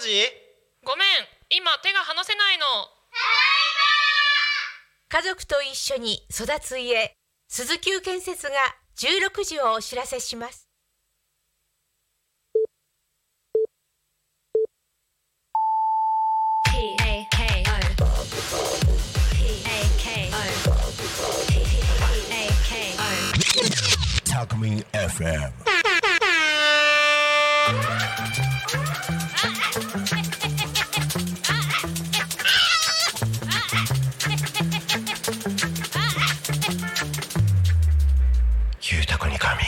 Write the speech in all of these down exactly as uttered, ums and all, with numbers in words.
時？ ごめん、今手が離せないの。 家族と一緒に育つ家、鈴木建設がじゅうろくじをお知らせします。 タコミン エフエム。ゆうたこにかみ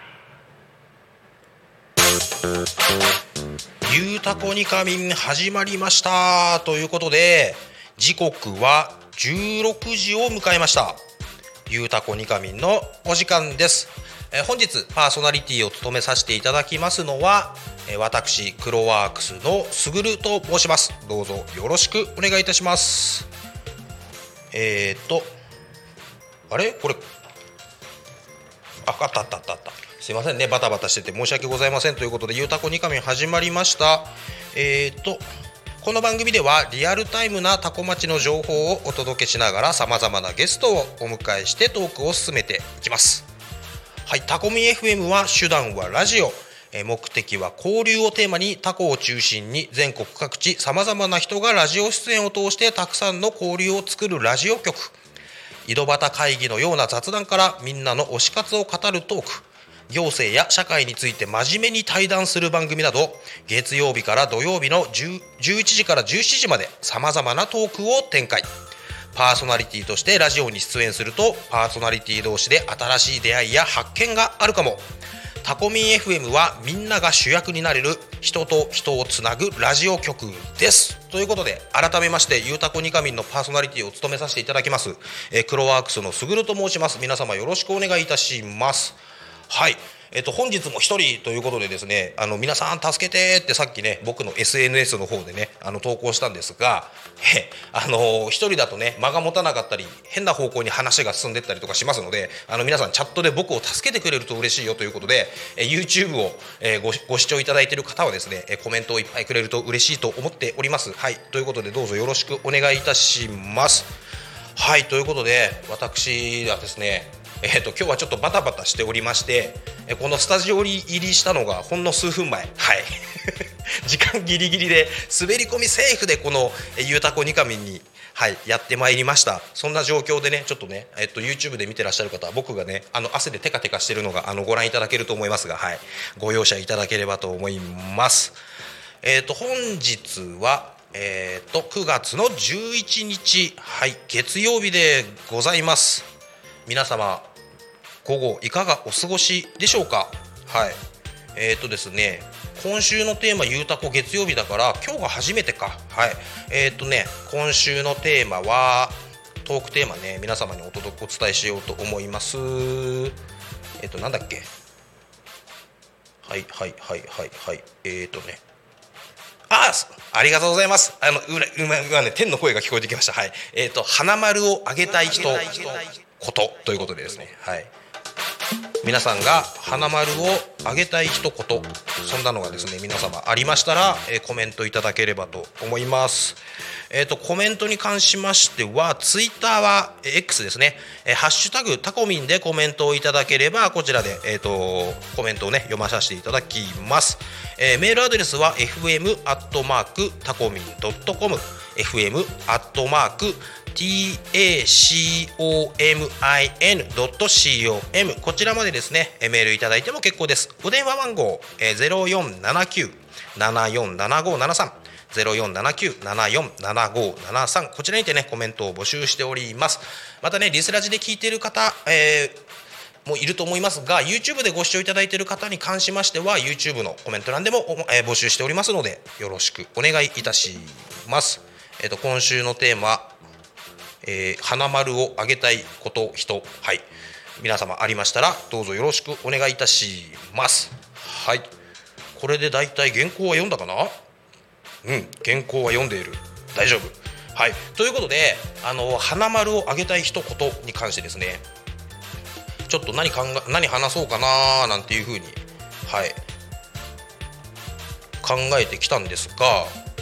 ゆうたこにかみん始まりましたということで、時刻はじゅうろくじを迎えました。ゆうたこにかみんのお時間です。えー、本日パーソナリティを務めさせていただきますのは、えー、私クロワークスのすぐると申します。どうぞよろしくお願いいたします。えーっとあれこれああったあったあったあったすいませんね、バタバタしてて申し訳ございませんということで、ゆうたこにかみん始まりました。えーっとこの番組ではリアルタイムなタコ町の情報をお届けしながら、さまざまなゲストをお迎えしてトークを進めていきます。はい、タコミ エフエム は手段はラジオ、え目的は交流をテーマに、タコを中心に全国各地さまざまな人がラジオ出演を通してたくさんの交流を作るラジオ局。井戸端会議のような雑談からみんなの推し活を語るトーク、行政や社会について真面目に対談する番組など、月曜日から土曜日のじゅういちじからじゅうしちじまでさまざまなトークを展開。パーソナリティとしてラジオに出演すると、パーソナリティ同士で新しい出会いや発見があるかも。タコミン エフエム はみんなが主役になれる人と人をつなぐラジオ局です。ということで、改めましてゆうたこにかみんのパーソナリティを務めさせていただきます、えー、クロワークスのすぐると申します。皆様よろしくお願いいたします。はい、えっと、本日も一人ということでですね、あの皆さん助けてってさっきね、僕の エスエヌエス の方でね、あの投稿したんですが、えあの一人だとね間が持たなかったり、変な方向に話が進んでったりとかしますので、あの皆さんチャットで僕を助けてくれると嬉しいよということで、え YouTube を、えー、ご, ご視聴いただいている方はですね、コメントをいっぱいくれると嬉しいと思っております。はい、ということでどうぞよろしくお願いいたします。はい、ということで私はですね、えー、と今日はちょっとバタバタしておりまして、このスタジオに入りしたのがほんの数分前、はい時間ギリギリで滑り込みセーフでこのゆうたこにかみんに、はい、やってまいりました。そんな状況でね、ちょっとね、えっと、YouTube で見てらっしゃる方は僕がね、あの汗でテカテカしてるのがあのご覧いただけると思いますが、はい、ご容赦いただければと思います。えっと本日はえー、とくがつのじゅういちにち、はい、月曜日でございます。皆様午後いかがお過ごしでしょうか。はい、えーとですね今週のテーマ、ゆうたこ月曜日だから今日が初めてか。はい、えーとね今週のテーマはトークテーマね、皆様にお届けお伝えしようと思います。えーとなんだっけはいはいはいはいはいえーとねあありがとうございます。あのうらうまね天の声が聞こえてきました。はい、えーと花丸をあげたい人ことということでですね、はい、皆さんが花丸をあげたい一言、そんなのがですね皆様ありましたら、えー、コメントいただければと思います。えーとコメントに関しましてはツイッターは X ですね、えー、ハッシュタグタコミンでコメントをいただければこちらで、えーとコメントをね読まさせていただきます。えー、メールアドレスは エフエム アットマーク タコミン ドットコム エフエム アットマーク タコミン ドットコム こちらまでですねメールいただいても結構です。お電話番号、えー、ゼロよんななきゅう ななよんななごななさん ゼロよんななきゅう ななよんななごななさん、こちらにてねコメントを募集しております。またねリスラジで聞いている方、えー、もいると思いますが YouTube でご視聴いただいている方に関しましては YouTube のコメント欄でも、えー、募集しておりますのでよろしくお願いいたします。えーと今週のテーマ、えー、花丸をあげたいこと人、はい、皆様ありましたらどうぞよろしくお願いいたします。はい、これでだいたい原稿は読んだかな。うん原稿は読んでいる、大丈夫。はい、ということであの花丸をあげたい一言に関してですね、ちょっと何考え何話そうかななんていうふうに、はい、考えてきたんですが、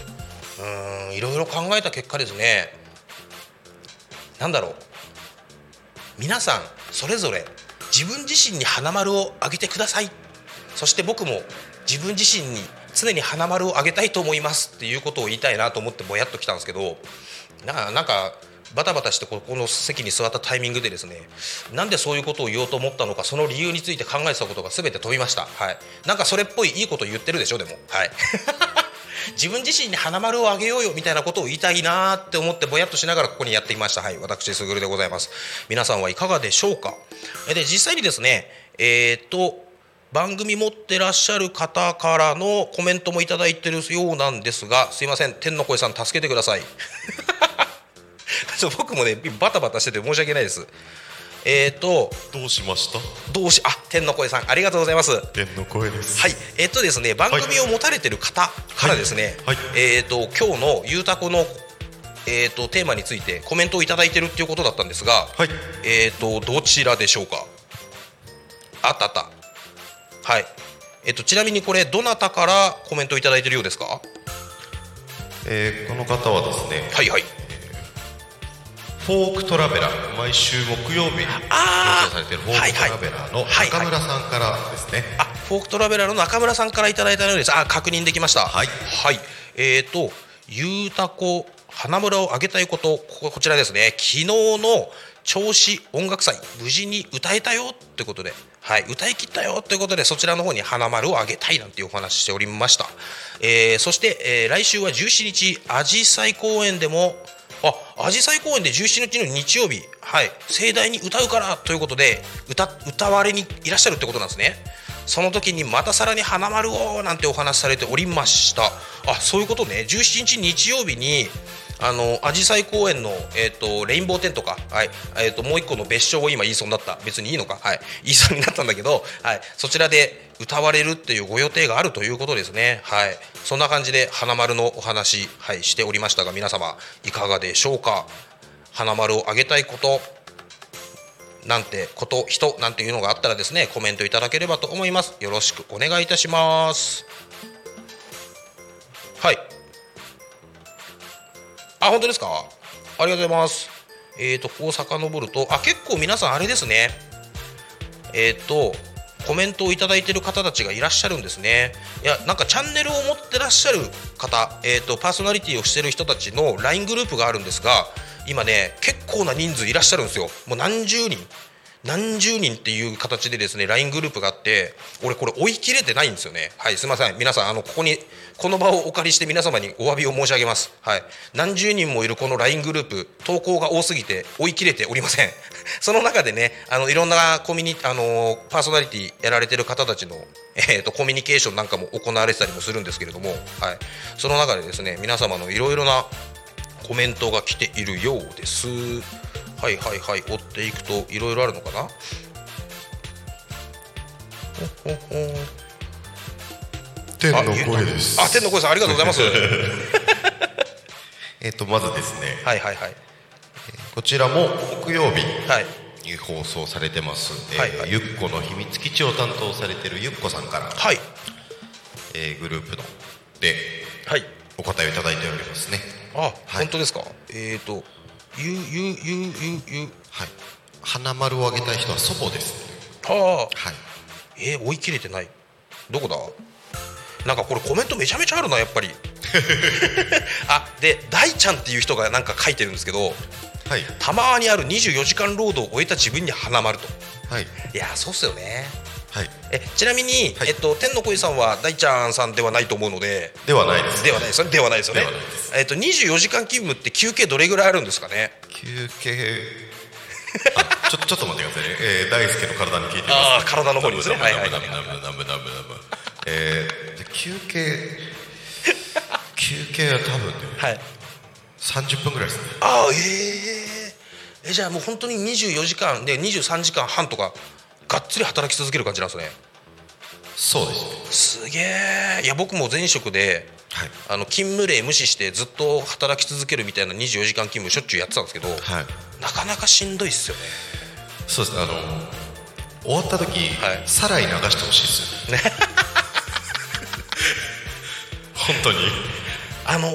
うーんいろいろ考えた結果ですね、なんだろう、皆さんそれぞれ自分自身に花丸をあげてください。そして僕も自分自身に常に花丸をあげたいと思いますっていうことを言いたいなと思ってぼやっときたんですけど、ななんかバタバタしてここの席に座ったタイミングでですね、なんでそういうことを言おうと思ったのか、その理由について考えてたことが全て飛びました。はい、なんかそれっぽいいいこと言ってるでしょでも、はい自分自身に花丸をあげようよみたいなことを言いたいなって思ってぼやっとしながらここにやってきました。はい、私すぐるでございます。皆さんはいかがでしょうか。で実際にですね、えー、っと番組持ってらっしゃる方からのコメントもいただいてるようなんですが、すいません、天の声さん助けてください僕もねバタバタしてて申し訳ないです。えーとどうしました？ どうしあ天の声さんありがとうございます。 天の声です。 はい、えーとですね番組を持たれてる方からですね、はいはい、えーと今日のゆうたこの、えーとテーマについてコメントをいただいてるっていうことだったんですが、はい、えーとどちらでしょうか。あったあった。はい、えーとちなみにこれどなたからコメントをいただいてるようですか。 えー、この方はですね、 はいはい、 フォークトラベラー、毎週木曜日に放送されているフォークトラベラーの中村さんからですね、 あフォークトラベラーの中村さんからいただいたようです。あ確認できました。はい、はい、えーとゆうたこ花村をあげたいこと、ここちらですね、昨日の銚子音楽祭無事に歌えたよってことで、はい、歌い切ったよということでそちらの方に花丸をあげたいなんていうお話しておりました。えー、そして、えー、来週はじゅうしちにちあじさい公演でもああじさい公演でじゅうしちにちの日曜日、はい、盛大に歌うからということで 歌, 歌われにいらっしゃるってことなんですね。その時にまたさらに花丸をなんてお話されておりました。あそういうことね。じゅうしちにち日曜日にあのあじさい公演の、えー、とレインボーテントか、はいえー、ともう一個の別称を今言いそうになった。別にいいのか、はい、言いそうになったんだけど、はい、そちらで歌われるっていうご予定があるということですね。はい、そんな感じで花丸のお話、はい、しておりましたが、皆様いかがでしょうか。花丸をあげたいことなんてこと人なんていうのがあったらですね、コメントいただければと思います。よろしくお願いいたします。はい、あ本当ですか。ありがとうございます。えーとこう遡ると、あ結構皆さんあれですね、えーとコメントをいただいている方たちがいらっしゃるんですね。いやなんかチャンネルを持ってらっしゃる方、えーとパーソナリティをしている人たちの ライン グループがあるんですが、今ね結構な人数いらっしゃるんですよ。もう何十人何十人っていう形でですね ライン グループがあって、俺これ追い切れてないんですよね。はいすいません皆さん、あのここにこの場をお借りして皆様にお詫びを申し上げます。はい、何十人もいるこの ライン グループ、投稿が多すぎて追い切れておりませんその中でね、あのいろんなコミュニあのパーソナリティやられてる方たちの、えー、とコミュニケーションなんかも行われてたりもするんですけれども、はい、その中でですね皆様のいろいろなコメントが来ているようです。はいはいはい、追っていくといろいろあるのかな。ほほほ天の声です。 あ天の声さんありがとうございますえっとまずですね、 はいはいはい、 こちらも木曜日に放送されてます、はいえーはい、ゆっこの秘密基地を担当されているゆっこさんから、はいえー、グループので、はい、お答えをいただいておりますね。 あ、はい、本当ですか。えっ、ー、とゆゆゆゆゆはい花丸をあげたい人は祖母です。 はあ、はい、えー、追い切れてない。どこだ。なんかこれコメントめちゃめちゃあるなやっぱりあで大ちゃんっていう人がなんか書いてるんですけど、はい、たまにあるにじゅうよじかん労働を終えた自分に花丸と、はい、いやそうっすよね。はい、えちなみに、はいえっと、天の声さんは大ちゃんさんではないと思うので。 ではないです、ね、 ではないですよね。ではないですよね。えっと、にじゅうよじかん勤務って休憩どれぐらいあるんですかね。 休憩あちょ、ちょっと待ってくださいね、えー、大輔の体に聞いてみます。 あ体の方にですね。はいはいはい。 えー、休憩休憩は多分ね、はい、さんじゅっぷんぐらいですね。 ああ、えー、えじゃあもう本当ににじゅうよじかんでにじゅうさんじかんはんとかがっつり働き続ける感じなんですね。 そうですね。すげえ。いや僕も前職で、はい、あの勤務例無視してずっと働き続けるみたいなにじゅうよじかん勤務しょっちゅうやってたんですけど、はい、なかなかしんどいっすよね。 そうですね。あの終わった時、はい、さらに流してほしいですよね本当にあの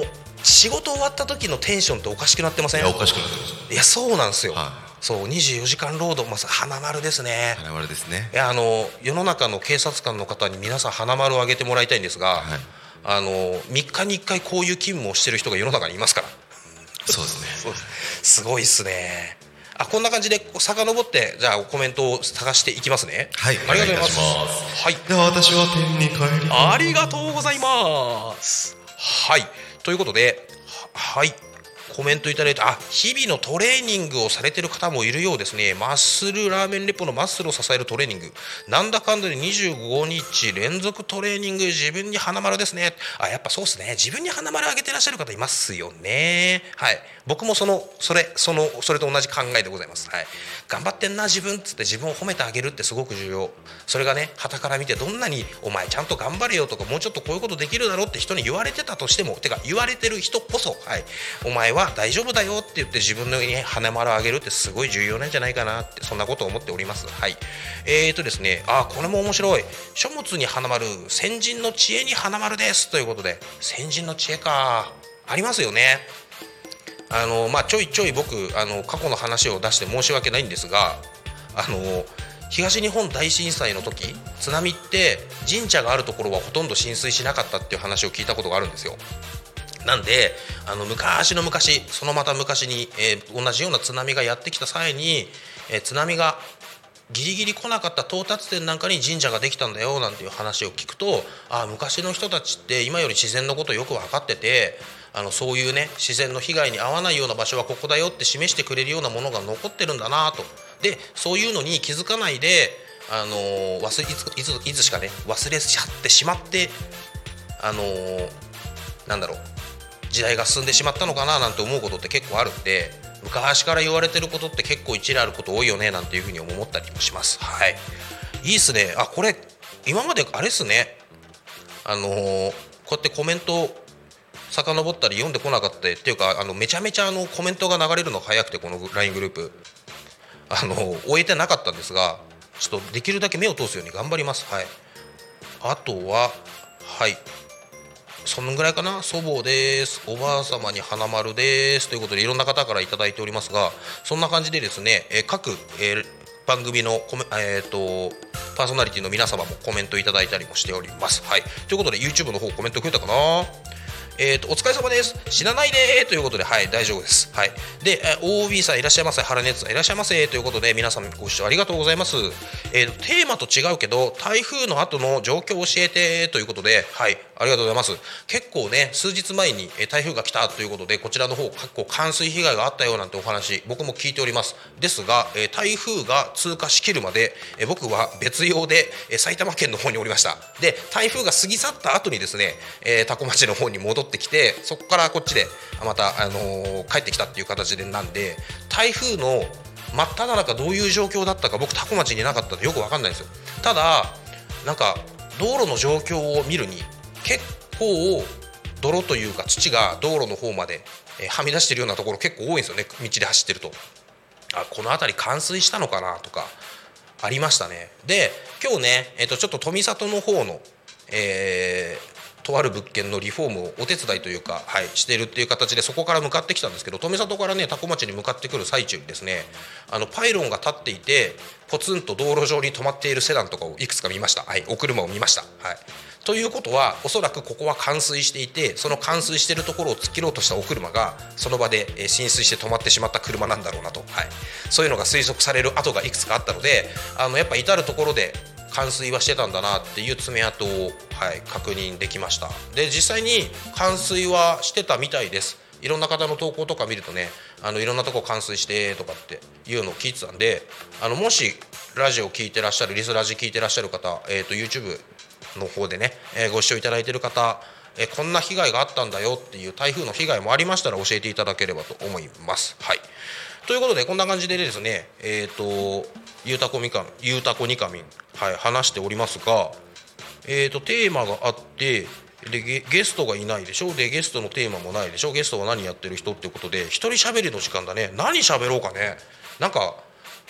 仕事終わった時のテンションっておかしくなってません？ いやおかしくなってます。 いやそうなんですよ、 はい、 そうにじゅうよじかん労働、まさ花丸ですね。 花丸ですね。 いやあの世の中の警察官の方に皆さん花丸をあげてもらいたいんですが、はい、あのみっかにいっかいこういう勤務をしてる人が世の中にいますから。 そうですねそうです、すごいですね。あ、こんな感じで遡ってじゃあコメントを探していきますね。 はい、 ありがとうございます。 はい、では私は天に帰ります。 ありがとうございます。はい、ということで、はい、コメントいただいて、あ、日々のトレーニングをされてる方もいるようですね。マッスルラーメンレポのマッスルを支えるトレーニング、なんだかんだでにじゅうごにち連続トレーニング、自分に花丸ですね。あ、やっぱそうですね、自分に花丸あげてらっしゃる方いますよね。はい、僕もそのそれそのそれと同じ考えでございます。はい、頑張ってんな自分っつって自分を褒めてあげるってすごく重要。それがね、傍から見てどんなにお前ちゃんと頑張れよとか、もうちょっとこういうことできるだろうって人に言われてたとしても、てか言われてる人こそ、はい、お前は大丈夫だよって言って自分のに花丸をあげるってすごい重要なんじゃないかなって、そんなことを思っております。はい、えーとですね、あ、これも面白い。書物に花丸、先人の知恵に花丸ですということで、先人の知恵か、ありますよね。あのまあ、ちょいちょい僕あの過去の話を出して申し訳ないんですが、あの東日本大震災の時、津波って神社があるところはほとんど浸水しなかったっていう話を聞いたことがあるんですよ。なんであの昔の昔、そのまた昔に、えー、同じような津波がやってきた際に、えー、津波がギリギリ来なかった到達点なんかに神社ができたんだよなんていう話を聞くと、あ、昔の人たちって今より自然のことをよく分かってて、あのそういうね、自然の被害に遭わないような場所はここだよって示してくれるようなものが残ってるんだなと。でそういうのに気づかないで、あのー、忘れいつ、いつ、いつしかね忘れちゃってしまって、あのー、なんだろう時代が進んでしまったのかななんて思うことって結構あるんで、昔から言われてることって結構一理あること多いよねなんていうふうに思ったりもします。はい、いいっすね。あ、これ今まであれっすね、あのー、こうやってコメント遡ったり読んでこなかったっていうか、あのめちゃめちゃあのコメントが流れるの早くて、この ライン グループあの終えてなかったんですが、ちょっとできるだけ目を通すように頑張ります。はい、あとははいそのぐらいかな。祖母です、おばあ様に花丸ですということで、いろんな方からいただいておりますが、そんな感じでですね、えー、各、えー、番組のコメ、えー、とパーソナリティの皆様もコメントいただいたりもしております。はい、ということで YouTube の方コメント増えたかな。えー、とお疲れ様です、死なないでということで、はい、大丈夫です。はい、で オービー さんいらっしゃいませ、ハラネッツさんいらっしゃいませということで、皆さんご視聴ありがとうございます。えー、テーマと違うけど台風の後の状況を教えてということで、はい、ありがとうございます。結構ね、数日前に台風が来たということで、こちらの方結構冠水被害があったよなんてお話僕も聞いております。ですが、えー、台風が通過しきるまで、えー、僕は別用で、えー、埼玉県の方におりました。で台風が過ぎ去った後にですね、えー、多古町の方に戻ってきて、そこからこっちでまた、あのー、帰ってきたっていう形で、なんで台風の真っ只中どういう状況だったか僕多古町にいなかったのでよく分かんないんですよ。ただなんか道路の状況を見るに結構泥というか土が道路の方まで、えー、はみ出してるようなところ結構多いんですよね。道で走ってると、あ、この辺り冠水したのかなとかありましたね。で今日ね、えー、とちょっと富里の方の、えーとある物件のリフォームをお手伝いというか、はい、しているっていう形で、そこから向かってきたんですけど、富里からね多古町に向かってくる最中にですね、あのパイロンが立っていてポツンと道路上に止まっているセダンとかをいくつか見ました。はい、お車を見ました。はい、ということはおそらくここは冠水していて、その冠水しているところを突っ切ろうとしたお車がその場で浸水して止まってしまった車なんだろうなと、はい、そういうのが推測される跡がいくつかあったので、あのやっぱ至るところで冠水はしてたんだなっていう爪痕を、はい、確認できました。で実際に冠水はしてたみたいです。いろんな方の投稿とか見るとね、あのいろんなとこ冠水してとかっていうのを聞いてたんで、あのもしラジオ聞いてらっしゃる、リスラジ聞いてらっしゃる方、えーと YouTube の方でね、えー、ご視聴いただいている方、えー、こんな被害があったんだよっていう台風の被害もありましたら教えていただければと思います。はい、ということでこんな感じでですね、えーとゆうたこみかん、ゆうたこにかみん、はい、話しておりますが、えーとテーマがあってで ゲ, ゲストがいないでしょ。でゲストのテーマもないでしょ。ゲストは何やってる人っていうことで、一人喋りの時間だね。何喋ろうかね。なんか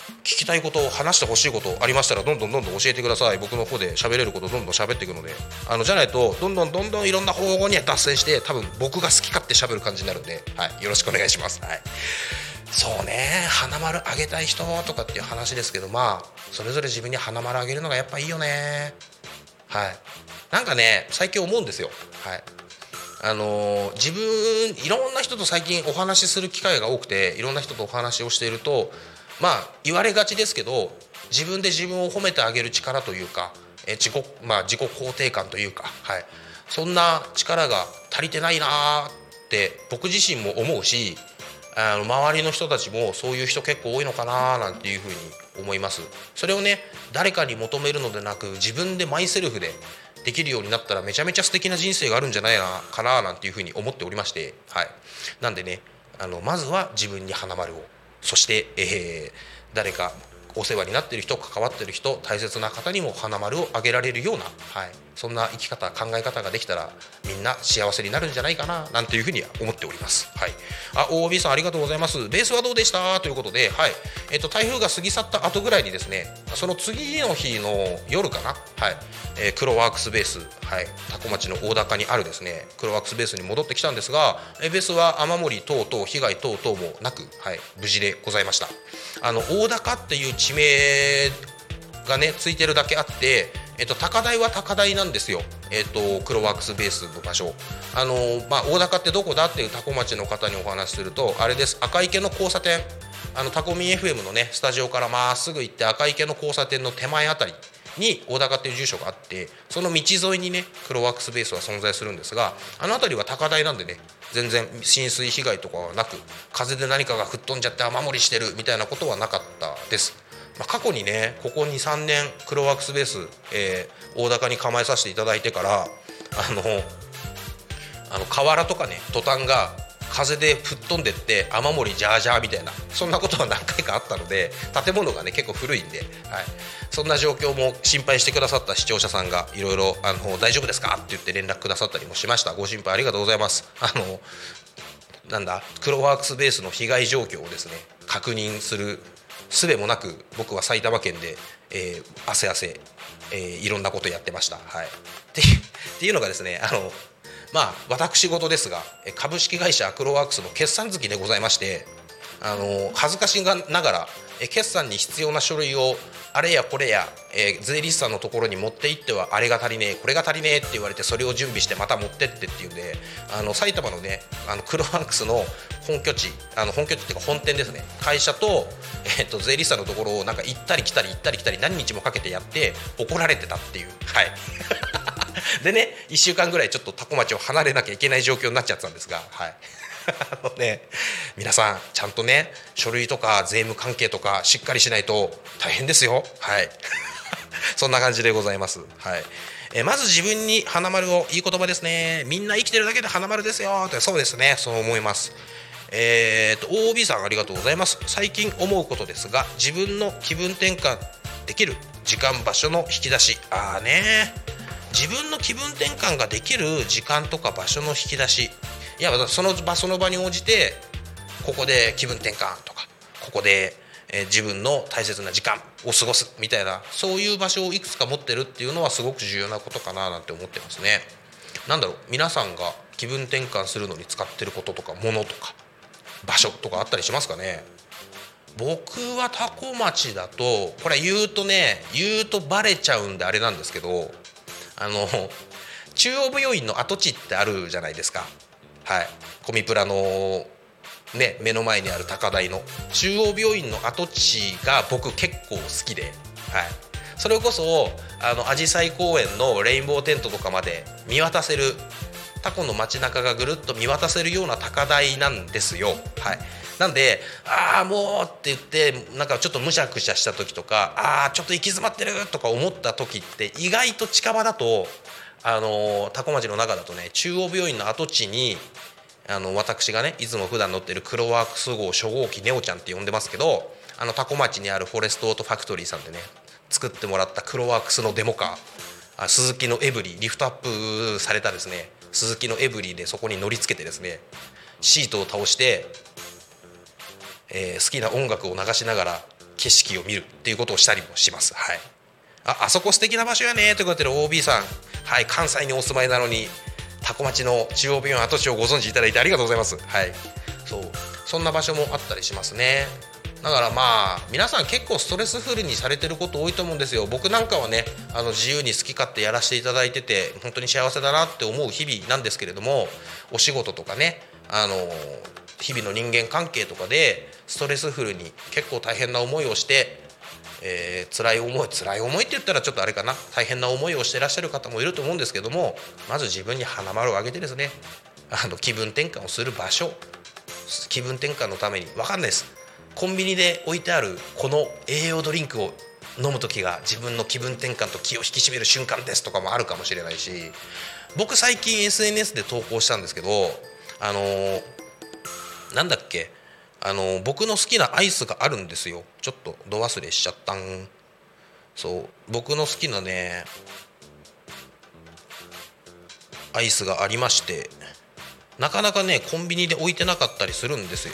聞きたいことを話してほしいことありましたらどんどんどんどん教えてください。僕の方で喋れることどんどん喋っていくので、あのじゃないとどんどんどんどんいろんな方向には脱線して多分僕が好き勝手喋る感じになるんで、はい、よろしくお願いします。はい、そうね、花丸あげたい人とかっていう話ですけど、まあそれぞれ自分に花丸あげるのがやっぱいいよね。はい、なんかね最近思うんですよ。はい、あのー、自分いろんな人と最近お話しする機会が多くて、いろんな人とお話をしていると、まあ言われがちですけど、自分で自分を褒めてあげる力というか、え自己、まあ、自己肯定感というか、はい、そんな力が足りてないなって僕自身も思うし、あの周りの人たちもそういう人結構多いのかななんていうふうに思います。それをね誰かに求めるのでなく、自分でマイセルフでできるようになったらめちゃめちゃ素敵な人生があるんじゃないかななんていうふうに思っておりまして、はい、なんでね、あのまずは自分に花丸を、そして、えー、誰かお世話になっている人、関わっている人、大切な方にも花丸をあげられるような、はい、そんな生き方、考え方ができたらみんな幸せになるんじゃないかななんていうふうには思っております。はい、あ、オービー さんありがとうございます。ベースはどうでしたということで、はい、えーと、台風が過ぎ去った後ぐらいにですね、その次の日の夜かな、はい、えー、黒ワークスベース、はい、多古町の大高にあるですね黒ワークスベースに戻ってきたんですが、えー、ベースは雨漏り等々被害等々もなく、はい、無事でございました。あの大高っていう地名がねついてるだけあって、えっと、高台は高台なんですよ、えっと、黒ワークスベースの場所。あの、まあ、大高ってどこだっていう多古町の方にお話しすると、あれです、赤池の交差点、あのタコミン エフエム のねスタジオからまっすぐ行って赤池の交差点の手前あたりに大高っていう住所があって、その道沿いにね黒ワークスベースは存在するんですが、あの辺りは高台なんでね全然浸水被害とかはなく、風で何かが吹っ飛んじゃって雨漏りしてるみたいなことはなかったです。まあ、過去にねここ にさんねん黒ワークスベース、えー、大高に構えさせていただいてから、あのあの瓦とかねトタンが風で吹っ飛んでって雨漏りジャージャーみたいな、そんなことは何回かあったので、建物がね結構古いんで、はい、そんな状況も心配してくださった視聴者さんがいろいろあの大丈夫ですかって言って連絡くださったりもしました。ご心配ありがとうございます。あのなんだ黒ワークスベースの被害状況をですね確認する術もなく、僕は埼玉県で、えー、汗汗、えー、いろんなことやってました。はい、っていう、っていうのがですね、あのまあ私事ですが、株式会社アクロワークスの決算月でございまして、あの恥ずかしながら決算に必要な書類をあれやこれや、えー、税理士さんのところに持って行ってはあれが足りねえこれが足りねえって言われて、それを準備してまた持ってってっていうんで、あの埼玉のねあのクロワークスの本拠地、あの本拠地っていうか本店ですね、会社と、えー、と税理士さんのところをなんか行ったり来たり行ったり来たり何日もかけてやって怒られてたっていう、はいでねいっしゅうかんぐらいちょっと多古町を離れなきゃいけない状況になっちゃってたんですが、はいあのね、皆さんちゃんとね書類とか税務関係とかしっかりしないと大変ですよ。はいそんな感じでございます。はい、えまず自分に花丸を、いい言葉ですね。みんな生きてるだけで花丸ですよって。そうですね、そう思います。えー、と オービー さんありがとうございます。最近思うことですが、自分の気分転換できる時間場所の引き出し、あーね自分の気分転換ができる時間とか場所の引き出し、いやその場その場に応じてここで気分転換とか、ここで、えー、自分の大切な時間を過ごすみたいな、そういう場所をいくつか持ってるっていうのはすごく重要なことかななんて思ってますね。なんだろう、皆さんが気分転換するのに使ってることとか物とか場所とかあったりしますかね。僕は多古町だと、これ言うとね言うとバレちゃうんであれなんですけど、あの中央病院の跡地ってあるじゃないですか。はい、コミプラの、ね、目の前にある高台の中央病院の跡地が僕結構好きで、はい、それこそあの紫陽花公園のレインボーテントとかまで見渡せる、タコの街中がぐるっと見渡せるような高台なんですよ。はい、なんでああもうって言ってなんかちょっとむしゃくしゃした時とか、ああちょっと行き詰まってるとか思った時って意外と近場だと、あの多古町の中だとね中央病院の跡地にあの私がねいつも普段乗ってる黒ワークス号初号機ネオちゃんって呼んでますけど、あの多古町にあるフォレストオートファクトリーさんでね作ってもらった黒ワークスのデモカー、スズキのエブリーリフトアップされたですねスズキのエブリーでそこに乗り付けてですねシートを倒して、えー、好きな音楽を流しながら景色を見るっていうことをしたりもします。はい、あ, あそこ素敵な場所やねとか言ってる オービー さん、はい、関西にお住まいなのに多古町の中央病院跡地をご存知いただいてありがとうございます。はい、そうそんな場所もあったりしますね。だからまあ皆さん結構ストレスフルにされてること多いと思うんですよ。僕なんかはねあの自由に好き勝手やらせていただいてて本当に幸せだなって思う日々なんですけれども、お仕事とかねあの日々の人間関係とかでストレスフルに結構大変な思いをして、えー、辛い思い辛い思いって言ったらちょっとあれかな、大変な思いをしていらっしゃる方もいると思うんですけども、まず自分に花丸をあげてですね、あの気分転換をする場所、気分転換のために分かんないです、コンビニで置いてあるこの栄養ドリンクを飲む時が自分の気分転換と気を引き締める瞬間ですとかもあるかもしれないし、僕最近 エスエヌエス で投稿したんですけど、あのー、なんだっけあのー、僕の好きなアイスがあるんですよ。ちょっとど忘れしちゃったん。そう僕の好きなねアイスがありまして、なかなかねコンビニで置いてなかったりするんですよ。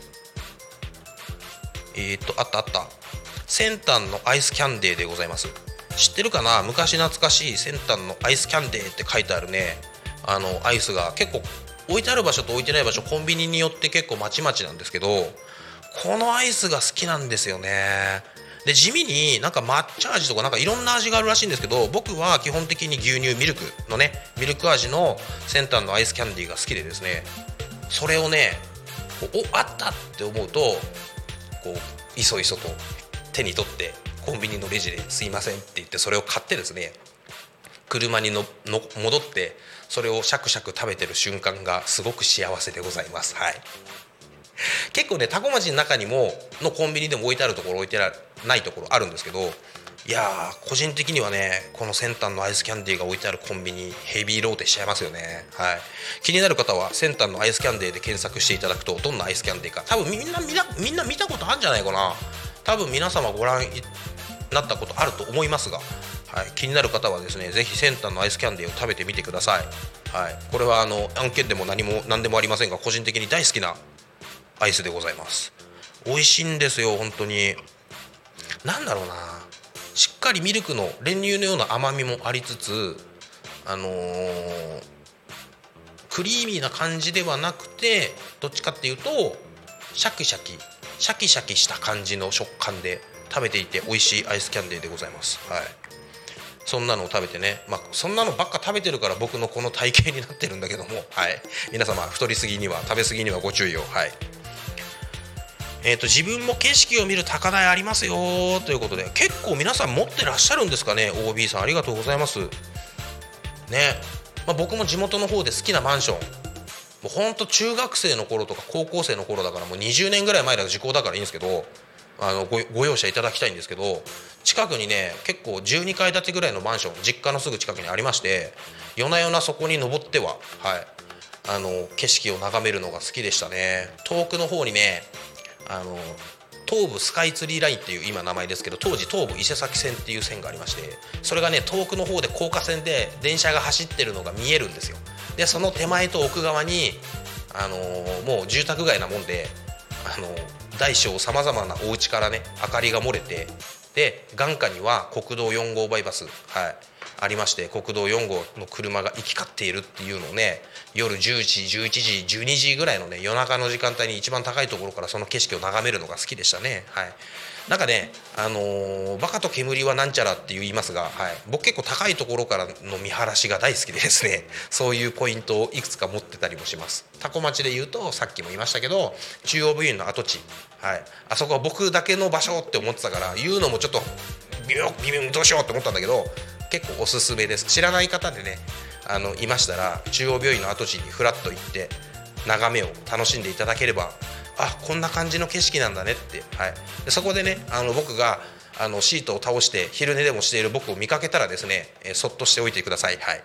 えーとあったあった先端のアイスキャンデーでございます。知ってるかな、昔懐かしい先端のアイスキャンデーって書いてあるねあのアイスが結構置いてある場所と置いてない場所コンビニによって結構まちまちなんですけど、このアイスが好きなんですよね。で地味になんか抹茶味とかなんかいろんな味があるらしいんですけど、僕は基本的に牛乳ミルクのねミルク味の先端のアイスキャンディーが好きでですね、それをねおあったって思うとこういそいそと手に取ってコンビニのレジですいませんって言ってそれを買ってですね、車にのの戻ってそれをシャクシャク食べてる瞬間がすごく幸せでございます。はい、結構ね多古町の中にものコンビニでも置いてあるところ置いてないところあるんですけど、いやー個人的にはねこの先端のアイスキャンディーが置いてあるコンビニヘビーローテしちゃいますよね。はい、気になる方は先端のアイスキャンディーで検索していただくとどんなアイスキャンディーか多分みんなみんなみんな見たことあるんじゃないかな。多分皆様ご覧になったことあると思いますが、はい、気になる方はですねぜひ先端のアイスキャンディーを食べてみてください。はい、これはあの案件でも何も何でもありませんが個人的に大好きなアイスでございます。美味しいんですよ本当に。なんだろうな、しっかりミルクの練乳のような甘みもありつつ、あのー、クリーミーな感じではなくてどっちかっていうとシャキシャキシャキシャキした感じの食感で食べていて美味しいアイスキャンデーでございます。はい、そんなのを食べてね、まあ、そんなのばっか食べてるから僕のこの体型になってるんだけども、はい、皆様太りすぎには食べ過ぎにはご注意を。はい、えーと、自分も景色を見る高台ありますよということで、結構皆さん持ってらっしゃるんですかね。 オービー さんありがとうございますね。まあ、僕も地元の方で好きなマンション、もうほんと中学生の頃とか高校生の頃だからもうにじゅうねんぐらい前だと時効だからいいんですけど、あの ご, ご容赦いただきたいんですけど、近くにね結構じゅうにかい建てぐらいのマンション実家のすぐ近くにありまして、夜な夜なそこに登っては、はい、あの景色を眺めるのが好きでしたね。遠くの方にねあの東武スカイツリーラインっていう今名前ですけど、当時東武伊勢崎線っていう線がありまして、それがね遠くの方で高架線で電車が走ってるのが見えるんですよ。でその手前と奥側に、あのー、もう住宅街なもんで、あのー、大小さまざまなお家からね明かりが漏れて、で眼下には国道よん号バイパス、はい、ありまして、国道よん号の車が行き交っているっていうのをね、夜じゅうじじゅういちじじゅうにじぐらいのね夜中の時間帯に一番高いところからその景色を眺めるのが好きでしたね。はい、なんかね、あのー、バカと煙はなんちゃらって言いますが、はい、僕結構高いところからの見晴らしが大好きでですね、そういうポイントをいくつか持ってたりもします。多古町で言うとさっきも言いましたけど中央病院の跡地、はい、あそこは僕だけの場所って思ってたから言うのもちょっと微妙微妙どうしようって思ったんだけど、結構おすすめです。知らない方でねあのいましたら中央病院の跡地にフラッと行って眺めを楽しんでいただければ、あこんな感じの景色なんだねって、はい、でそこでねあの僕があのシートを倒して昼寝でもしている僕を見かけたらですね、えー、そっとしておいてください。はい、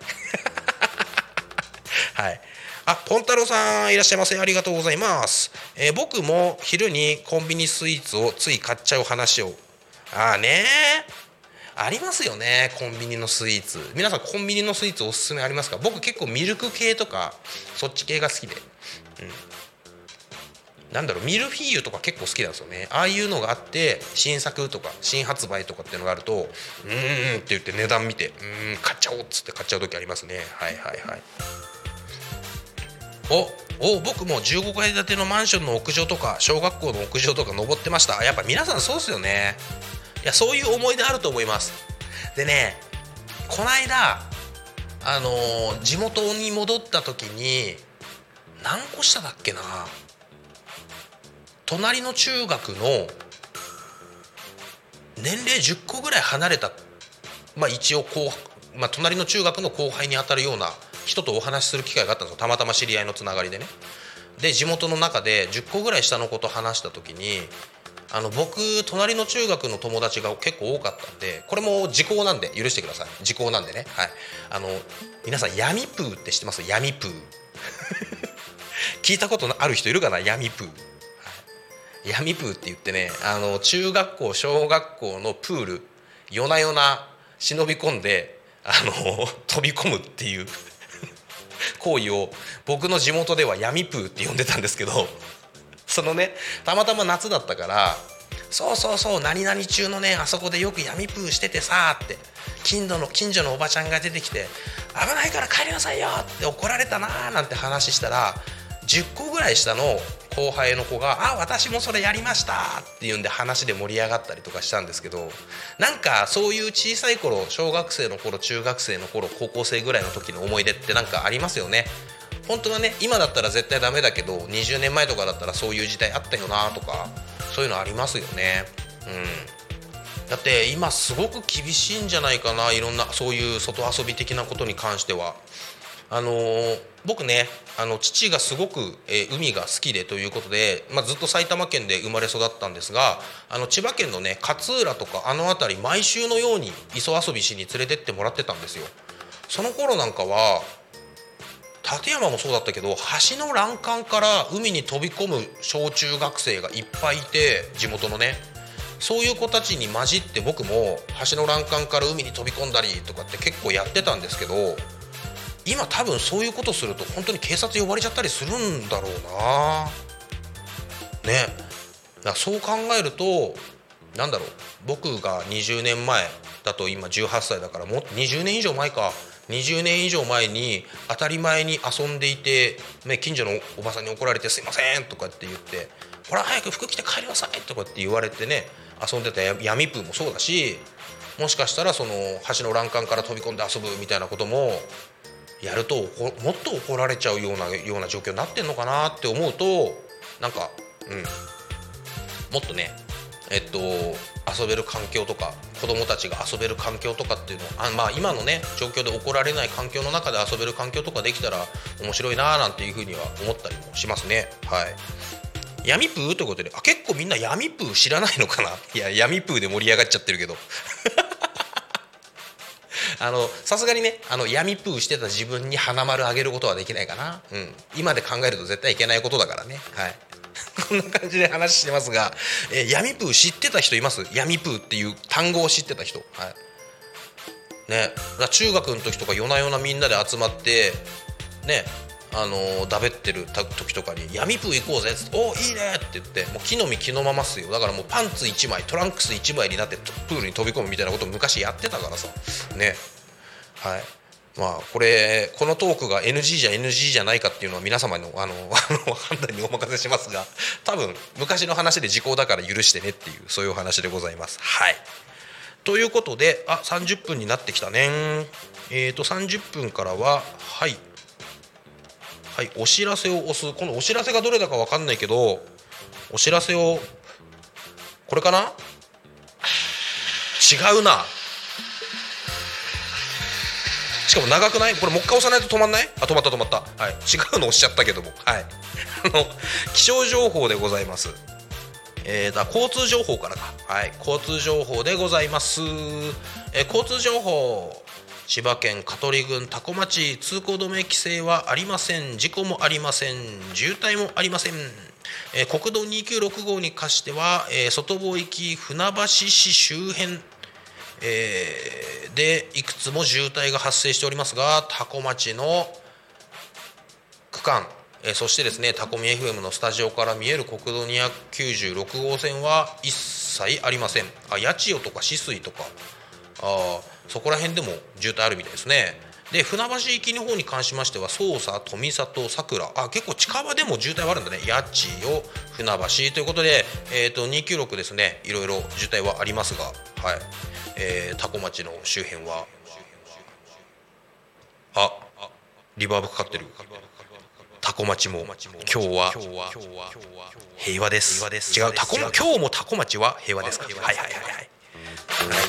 はい、あポン太郎さんいらっしゃいませ、ありがとうございます。えー、僕も昼にコンビニスイーツをつい買っちゃう話を、あーねーありますよね、コンビニのスイーツ。皆さんコンビニのスイーツおすすめありますか？僕結構ミルク系とかそっち系が好きで、うん、 なんだろうミルフィーユとか結構好きなんですよね。ああいうのがあって新作とか新発売とかっていうのがあるとうーんって言って値段見てうーん買っちゃおうっつって買っちゃう時ありますね。はいはいはい。おお僕もじゅうごかい建てのマンションの屋上とか小学校の屋上とか登ってました。やっぱ皆さんそうですよね。いやそういう思い出あると思います。でねこないだあのー、地元に戻った時に何個下だっけな、隣の中学の年齢じゅっこぐらい離れた、まあ、一応こう、まあ、隣の中学の後輩にあたるような人とお話しする機会があったんですよ。たまたま知り合いのつながりでね。で地元の中でじゅっこぐらい下の子と話した時にあの僕隣の中学の友達が結構多かったんで、これも時効なんで許してください。時効なんでね、はい、あの皆さん闇プーって知ってます？闇プー聞いたことある人いるかな？闇プー、はい、闇プーって言ってね、あの中学校小学校のプール夜な夜な忍び込んであの飛び込むっていう行為を僕の地元では闇プーって呼んでたんですけど、そのねたまたま夏だったからそうそうそう何々中のねあそこでよく闇プーしててさって近所の近所のおばちゃんが出てきて危ないから帰りなさいよって怒られたなーなんて話したらじゅっこぐらい下の後輩の子があ私もそれやりましたっていうんで話で盛り上がったりとかしたんですけど、なんかそういう小さい頃小学生の頃中学生の頃高校生ぐらいの時の思い出ってなんかありますよね。本当はね今だったら絶対ダメだけどにじゅうねんまえとかだったらそういう時代あったよなとかそういうのありますよね。うん、だって今すごく厳しいんじゃないかな、いろんなそういう外遊び的なことに関しては。あのー、僕ねあの父がすごく、えー、海が好きでということで、まあ、ずっと埼玉県で生まれ育ったんですが、あの千葉県のね勝浦とかあの辺り毎週のように磯遊びしに連れてってもらってたんですよ。その頃なんかは館山もそうだったけど橋の欄干から海に飛び込む小中学生がいっぱいいて、地元のねそういう子たちに混じって僕も橋の欄干から海に飛び込んだりとかって結構やってたんですけど、今多分そういうことすると本当に警察呼ばれちゃったりするんだろうなね。だからそう考えるとなんだろう、僕がにじゅうねんまえだと今じゅうはっさいだからもっとにじゅうねん以上前かにじゅうねん以上前に当たり前に遊んでいて、ね、近所のおばさんに怒られてすいませんとかって言ってほら早く服着て帰りなさいとかって言われてね遊んでた闇プーもそうだし、もしかしたらその橋の欄干から飛び込んで遊ぶみたいなこともやるともっと怒られちゃうようなような状況になってんのかなって思うとなんか、うん、もっとねえっと遊べる環境とか子どもたちが遊べる環境とかっていうのあ、まあ、今のね状況で怒られない環境の中で遊べる環境とかできたら面白いななんていうふうには思ったりもしますね。はい、闇プーということであ結構みんな闇プー知らないのかな。いや闇プーで盛り上がっちゃってるけどあのさすがにねあの闇プーしてた自分に花丸あげることはできないかな、うん、今で考えると絶対いけないことだからね。はいこんな感じで話してますが、えー、闇プー知ってた人います？闇プーっていう単語を知ってた人、はいね、だ中学の時とか夜な夜なみんなで集まってねあのー、だべってる時とかに闇プー行こうぜっつっておいいねって言ってもう木の実木のままっすよ。だからもうパンツいちまいトランクスいちまいになってプールに飛び込むみたいなことを昔やってたからさね。はい、まあこれこのトークが エヌジー じゃ エヌジー じゃないかっていうのは皆様のあのあの判断にお任せしますが、多分昔の話で時効だから許してねっていうそういうお話でございます。はいということであさんじゅっぷんになってきたね。えーとさんじゅっぷんからははいはいお知らせを押す。このお知らせがどれだか分かんないけどお知らせをこれかな違うな。しかも長くない？これもう一回押さないと止まんない？あ止まった止まった、はい、違うの押しちゃったけども、はいあの気象情報でございます。えー、だ交通情報からか、はい、交通情報でございます。えー、交通情報千葉県香取郡多古町通行止め規制はありません。事故もありません。渋滞もありません。えー、国道にきゅうろくごうに関しては、えー、外房行き船橋市周辺えー、でいくつも渋滞が発生しておりますが多古町の区間、 えー、そしてですねタコミ エフエム のスタジオから見える国道にひゃくきゅうじゅうろくごうせんは一切ありません。あ、八千代とか止水とか、あそこら辺でも渋滞あるみたいですね。で船橋行きの方に関しましては匝瑳、富里、佐倉、あ結構近場でも渋滞はあるんだね。八千代、船橋ということで、えー、とにひゃくきゅうじゅうろくですね、いろいろ渋滞はありますが、はい、えー、多古町の周辺はあリバーブかかってる。多古町も今日は平和です。違う、タコ今日も多古町は平和ですか。はいはいはいはい、はい、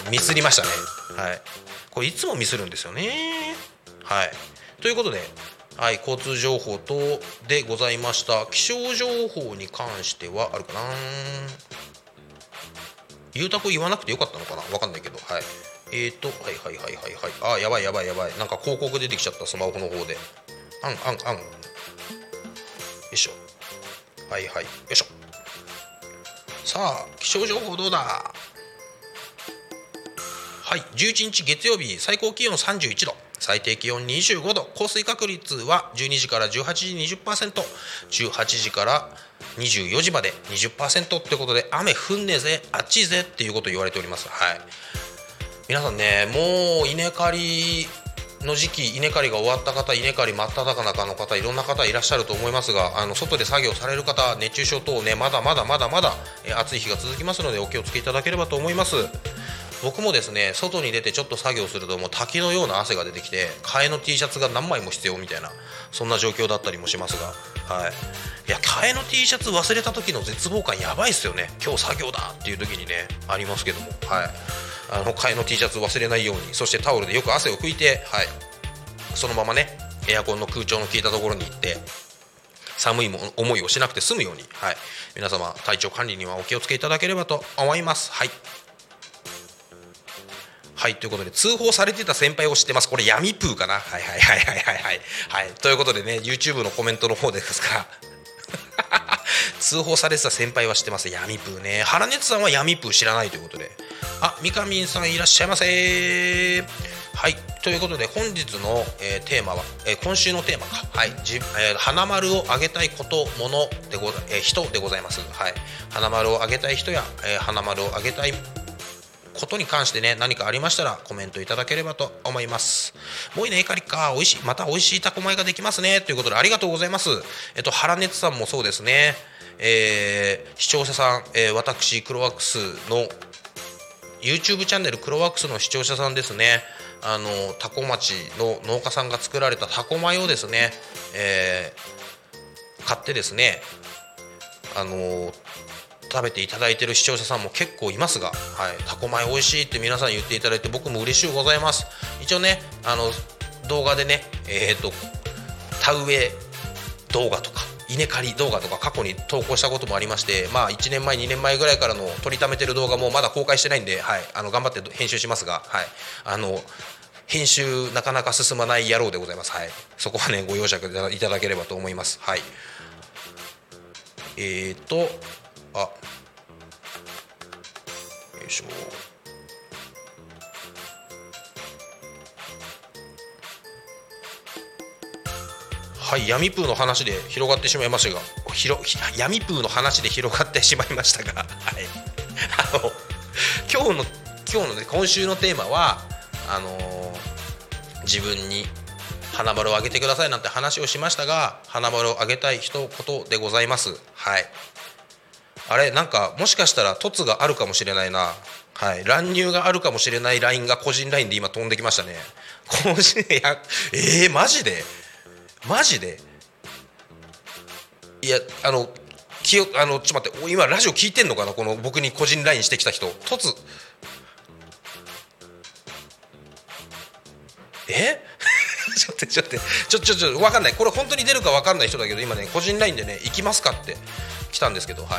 ミスりましたね。はい、これいつもミスるんですよね。はい、ということで、はい、交通情報等でございました。気象情報に関してはあるかな。ゆうたこ言わなくてよかったのかな、わかんないけど、はい、えーとはいはいはいはいはい、あやばいやばいやばい、なんか広告出てきちゃった、スマホの方で。あんあんあん、よいしょ、はいはい、よいしょ。さあ気象情報どうだ。はい、じゅういちにち月曜日、最高気温さんじゅういちど、最低気温にじゅうごど、降水確率はじゅうにじからじゅうはちじ にじゅっパーセント、じゅうはちじからにじゅうよじまで にじゅっパーセント ってことで、雨降んねえぜ、あっちいぜっていうことを言われております。はい、皆さんね、もう稲刈りの時期、稲刈りが終わった方、稲刈り真っ只中の方、いろんな方いらっしゃると思いますが、あの外で作業される方、熱中症等ね、まだまだまだまだ、えー、暑い日が続きますので、お気をつけいただければと思います。僕もですね、外に出てちょっと作業するともう滝のような汗が出てきて、替えの T シャツが何枚も必要みたいな、そんな状況だったりもしますが、はい、いや替えの T シャツ忘れた時の絶望感やばいっすよね。今日作業だっていう時にね、ありますけども、はい、あの替えの T シャツ忘れないように、そしてタオルでよく汗を拭いて、はい、そのままねエアコンの空調の効いたところに行って寒いも思いをしなくて済むように、はい、皆様体調管理にはお気をつけいただければと思います。はいはい、ということで、通報されてた先輩を知ってます。これ闇プーかな。はいはいはいはいはいはい、はい、ということでね、 YouTube のコメントの方ですが通報されてた先輩は知ってます。闇プーね。原熱さんは闇プー知らないということで、あ、みかみんさんいらっしゃいませ。はい、ということで本日の、えー、テーマは、えー、今週のテーマか、はい、じえー、花丸をあげたいこと、ものでござ、えー、人でございます。はい、花丸をあげたい人や、えー、花丸をあげたいことに関してね、何かありましたらコメントいただければと思います。もういいね、えかりか、おいしい、またおいしいタコ米ができますねということで、ありがとうございます。えっと原熱さんもそうですね、えー、視聴者さん、えー、私クロワックスの YouTube チャンネルクロワックスの視聴者さんですね、あのタコ町の農家さんが作られたタコ米をですね、えー、買ってですね、あの食べていただいている視聴者さんも結構いますが、はい、タコ米美味しいって皆さん言っていただいて、僕も嬉しいございます。一応ね、あの動画でね、えーと田植え動画とか稲刈り動画とか過去に投稿したこともありまして、まあいちねんまえにねんまえぐらいからの撮りためてる動画もまだ公開してないんで、はい、あの頑張って編集しますが、はい、あの編集なかなか進まない野郎でございます。はい、そこはねご容赦いただければと思います。はい、えーとあよいしょ、はい、闇プーの話で広がってしまいましたが、ひろ闇プーの話で広がってしまいましたが、はい、あの今日の今日のね今週のテーマはあのー、自分に花丸をあげてくださいなんて話をしましたが、花丸をあげたい一言でございます。はい、あれなんかもしかしたら凸があるかもしれないな、はい、乱入があるかもしれない ライン が個人 ライン で今飛んできましたね。個人やえー、マジでマジでいやあのきよあのちょっと待って、今ラジオ聞いてんのかな、この僕に個人 ライン してきた人。凸えちょっとちょっとちょちょちょ分かんない、これ本当に出るか分かんない人だけど、今ね個人 ライン でね行きますかって来たんですけど、はい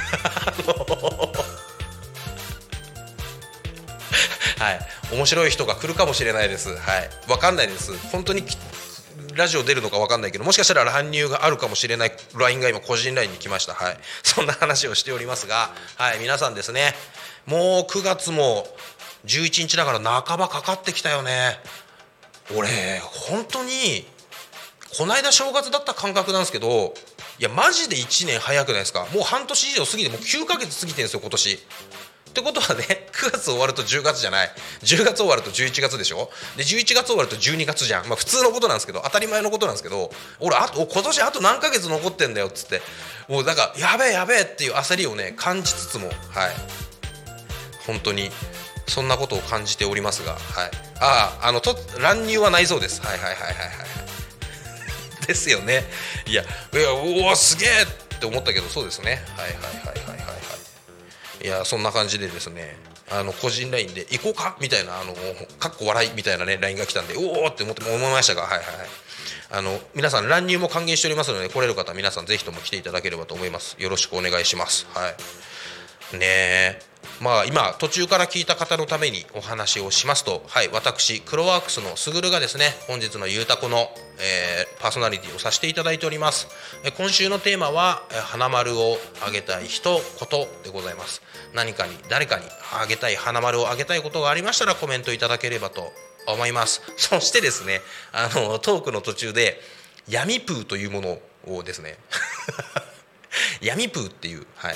はい、面白い人が来るかもしれないです。はい、分かんないです。本当にラジオ出るのか分かんないけど、もしかしたら乱入があるかもしれない ライン が今個人 ライン に来ました。はい、そんな話をしておりますが、はい、皆さんですね、もうくがつもじゅういちにちだから半ばかかってきたよね。俺本当にこの間正月だった感覚なんですけど、いやマジでいちねん早くないですか。もう半年以上過ぎて、もうきゅうかげつ過ぎてるんですよ今年。ってことはね、くがつ終わるとじゅうがつじゃない、じゅうがつ終わるとじゅういちがつでしょ。でじゅういちがつ終わるとじゅうにがつじゃん。まあ普通のことなんですけど、当たり前のことなんですけど、俺あと今年あと何ヶ月残ってんだよっつって、もうなんかやべえやべえっていう焦りをね感じつつも、はい、本当にそんなことを感じておりますが、はい、あああのと乱入はないそうです。はいはいはいはいはいですよね。いやいやおおすげえって思ったけど、そうですね。はいはいはいはいはいはい。いやそんな感じでですね、あの個人 ライン で行こうかみたいな、あのかっこ笑いみたいなね ライン が来たんで、おおって思って思いましたが、はいはいはい、あの皆さん乱入も歓迎しておりますので、来れる方皆さんぜひとも来ていただければと思います。よろしくお願いします。はいねえ、まあ今途中から聞いた方のためにお話をしますと、はい、私クロワークスのすぐるがですね、本日のゆうたこの、えー、パーソナリティをさせていただいております。え今週のテーマは花丸をあげたい人ことでございます。何かに誰かにあげたい、花丸をあげたいことがありましたらコメントいただければと思います。そしてですね、あのトークの途中で闇プーというものをですね闇プーっていう、はい、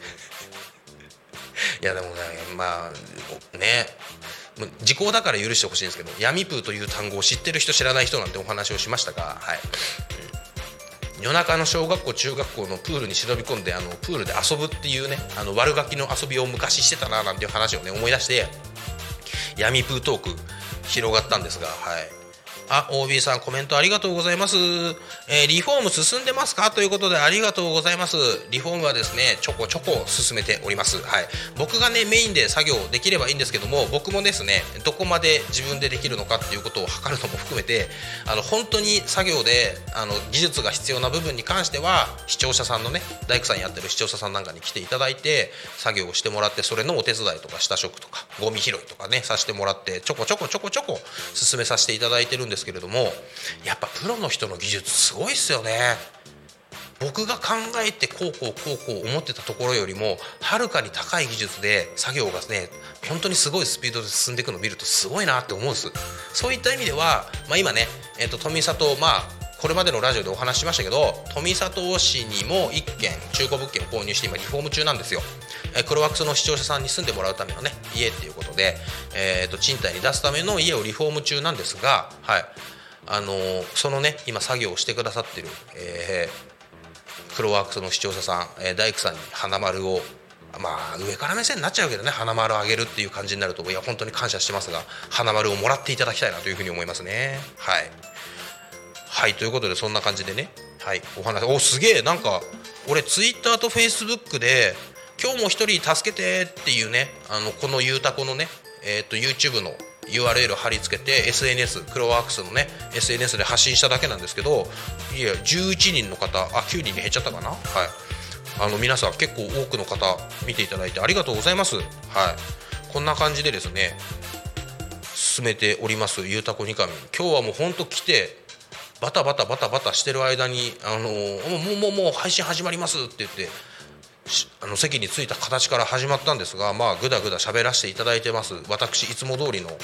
いやでもね、まあね、時効だから許してほしいんですけど、闇プーという単語を知ってる人知らない人なんてお話をしましたが、はい、うん、夜中の小学校中学校のプールに忍び込んで、あのプールで遊ぶっていうね、あの悪ガキの遊びを昔してたななんていう話をね思い出して、闇プートーク広がったんですが、はい、あ オービー さんコメントありがとうございます。えー、リフォーム進んでますかということで、ありがとうございます。リフォームはですねちょこちょこ進めております。はい、僕がねメインで作業できればいいんですけども、僕もですねどこまで自分でできるのかっていうことを測るのも含めて、あの本当に作業であの技術が必要な部分に関しては視聴者さんのね、大工さんやってる視聴者さんなんかに来ていただいて作業をしてもらって、それのお手伝いとか下食とかゴミ拾いとかねさせてもらって、ちょこちょこちょこちょこ進めさせていただいてるんですけれども、やっぱプロの人の技術すごいっすよね。僕が考えてこうこうこうこう思ってたところよりもはるかに高い技術で作業がね本当にすごいスピードで進んでいくのを見るとすごいなって思うんです。そういった意味では、まあ、今ね、えーと、富里、まあこれまでのラジオでお話ししましたけど、富里市にもいっけん中古物件を購入して今リフォーム中なんですよ。えー、クロワックスの視聴者さんに住んでもらうためのね家っていうことで、えーと賃貸に出すための家をリフォーム中なんですが、はい、あのー、そのね今作業をしてくださってる、えー、クロワークスの視聴者さん、えー、大工さんに花丸を、まあ上から目線になっちゃうけどね、花丸をあげるっていう感じになると、いや本当に感謝してますが、花丸をもらっていただきたいなというふうに思いますね。はいはい、ということでそんな感じでね、はい、お話、おすげえ、なんか俺ツイッターとフェイスブックで今日も一人助けてっていうね、あのこのゆうたこのね、えー、と YouTube の ユーアールエル 貼り付けて エスエヌエス クロワークスのね エスエヌエス で発信しただけなんですけど、いやじゅういちにんの方、あきゅうにんに減っちゃったかな、はい、あの皆さん結構多くの方見ていただいてありがとうございます。はい、こんな感じでですね進めておりますゆうたこにかみん。今日はもうほんと来てバタバタバタバタしてる間に、あのー、もうもうもう配信始まりますって言ってあの席に着いた形から始まったんですが、まあぐだぐだ喋らせていただいてます。私いつも通りの、はい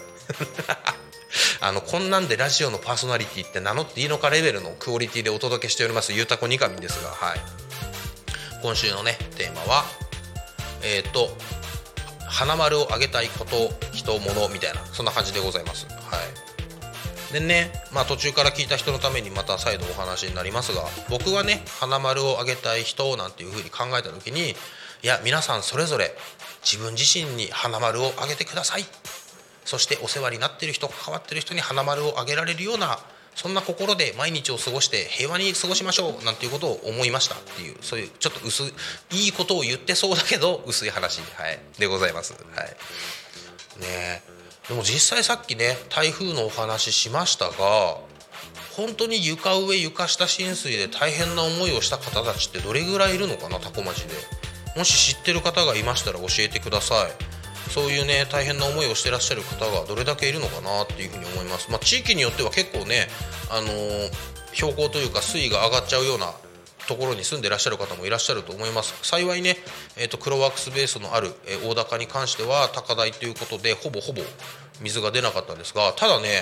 あのこんなんでラジオのパーソナリティって名乗っていいのかレベルのクオリティでお届けしておりますゆうたこにかみんですが、はい、今週のねテーマはえっ、ー、と花丸をあげたいこと、人、物みたいな、そんな感じでございます。はいでね、まあ、途中から聞いた人のためにまた再度お話になりますが、僕がね花丸をあげたい人なんていう風に考えた時に、いや皆さんそれぞれ自分自身に花丸をあげてください、そしてお世話になっている人、関わっている人に花丸をあげられるような、そんな心で毎日を過ごして平和に過ごしましょうなんていうことを思いましたっていう、そういうちょっと薄いいいことを言ってそうだけど薄い話、はい、でございます。はいねえ、でも実際さっきね台風のお話しましたが、本当に床上床下浸水で大変な思いをした方たちってどれぐらいいるのかな、多古町で。もし知ってる方がいましたら教えてください。そういうね大変な思いをしてらっしゃる方がどれだけいるのかなっていうふうに思います。まあ、地域によっては結構ね、あのー、標高というか水位が上がっちゃうようなところに住んでらっしゃる方もいらっしゃると思います。幸いね、えーと、クロワークスベースのある、えー、大高に関しては高台ということでほぼほぼ水が出なかったんですが、ただね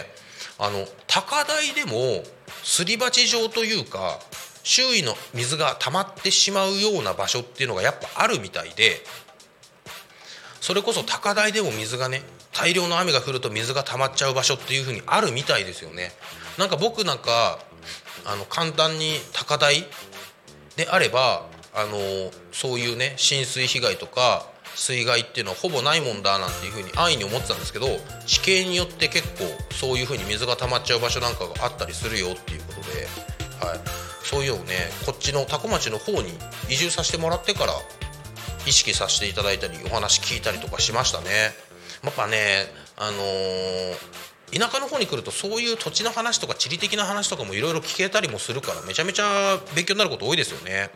あの高台でもすり鉢状というか周囲の水が溜まってしまうような場所っていうのがやっぱあるみたいで、それこそ高台でも水がね、大量の雨が降ると水が溜まっちゃう場所っていう風にあるみたいですよね。なんか僕なんかあの簡単に高台であればあのそういうね浸水被害とか水害っていうのはほぼないもんだなんていう風に安易に思ってたんですけど、地形によって結構そういう風に水が溜まっちゃう場所なんかがあったりするよっていうことで、はい、そういうのをねこっちの多古町の方に移住させてもらってから意識させていただいたりお話聞いたりとかしましたね。やっぱねあのー、田舎の方に来るとそういう土地の話とか地理的な話とかもいろいろ聞けたりもするからめちゃめちゃ勉強になること多いですよね。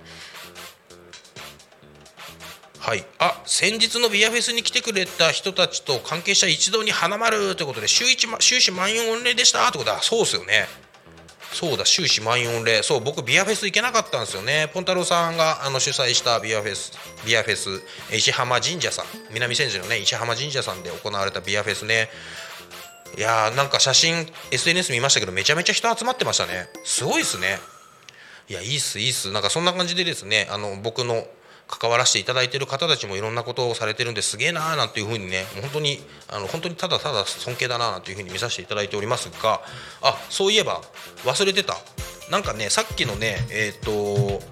はい、あ先日のビアフェスに来てくれた人たちと関係者一堂に花丸ということで終始終始満員御礼でしたってことだ。そうですよね。そうだ終始満員御礼。そう僕ビアフェス行けなかったんですよね。ポンタロウさんがあの主催したビアフェスビアフェス石浜神社さん南千住のね石浜神社さんで行われたビアフェスね。いやーなんか写真 エスエヌエス 見ましたけどめちゃめちゃ人集まってましたね。すごいですね。いやいいっすいいっす。なんかそんな感じでですねあの僕の関わらせていただいている方たちもいろんなことをされてるんですげえなーなんていうふうにね本当にあの本当にただただ尊敬だななんていうふうに見させていただいておりますが、あそういえば忘れてた。なんかねさっきのねえっと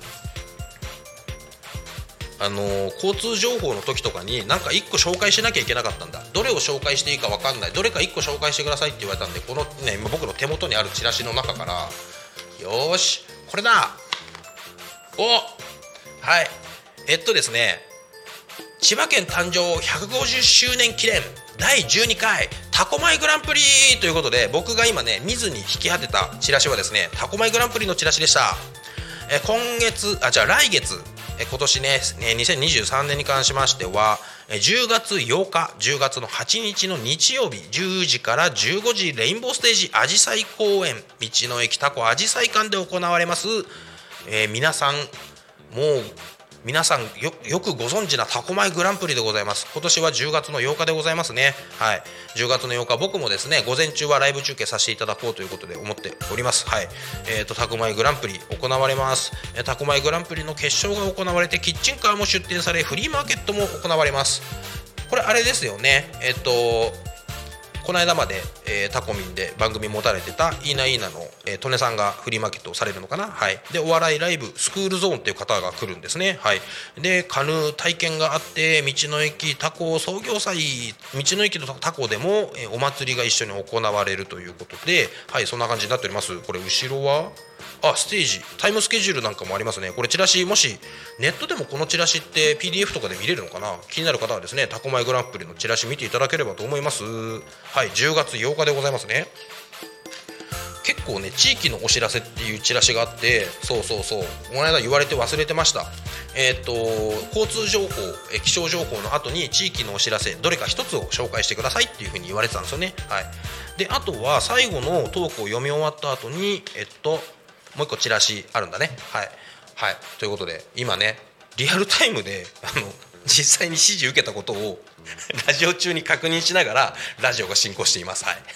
あのー、交通情報の時とかになんかいっこ紹介しなきゃいけなかったんだ。どれを紹介していいか分かんない、どれかいっこ紹介してくださいって言われたんで、このね今僕の手元にあるチラシの中からよーしこれだおはいえっとですね千葉県誕生ひゃくごじゅっしゅうねん記念だいじゅうにかいタコマイグランプリということで、僕が今ね見ずに引き当てたチラシはですねタコマイグランプリのチラシでした。え今月あじゃあ来月え今年ねにせんにじゅうさんねんに関しましてはじゅうがつようかじゅうがつのはちにちの日曜日じゅうじからじゅうごじレインボーステージあじさい公園道の駅タコあじさい館で行われます、えー、皆さんもう皆さん よ, よくご存知なタコマイグランプリでございます。今年はじゅうがつのようかでございますね。はい、じゅうがつのようか僕もですね午前中はライブ中継させていただこうということで思っております。はい、えーとタコマイグランプリ行われます。タコマイグランプリの決勝が行われてキッチンカーも出店されフリーマーケットも行われます。これあれですよねえっ、ー、とこの間まで、えー、タコミンで番組持たれてたいいないいなの、えー、利根さんがフリーマーケットをされるのかな。はい、でお笑いライブスクールゾーンっていう方が来るんですね。はい、でカヌー体験があって道の駅タコ創業祭道の駅のタコでも、えー、お祭りが一緒に行われるということで、はいそんな感じになっております。これ後ろはあステージタイムスケジュールなんかもありますね。これチラシもしネットでもこのチラシって ピーディーエフ とかで見れるのかな。気になる方はですねタコマイグランプリのチラシ見ていただければと思います。はいじゅうがつようかでございますね。結構ね地域のお知らせっていうチラシがあってそうそうそうこの間言われて忘れてました。えっと交通情報え気象情報の後に地域のお知らせどれか一つを紹介してくださいっていう風に言われてたんですよね。はいであとは最後のトークを読み終わった後にえっともう一個チラシあるんだね。はい、はい、ということで今ねリアルタイムであの実際に指示受けたことをラジオ中に確認しながらラジオが進行しています。はい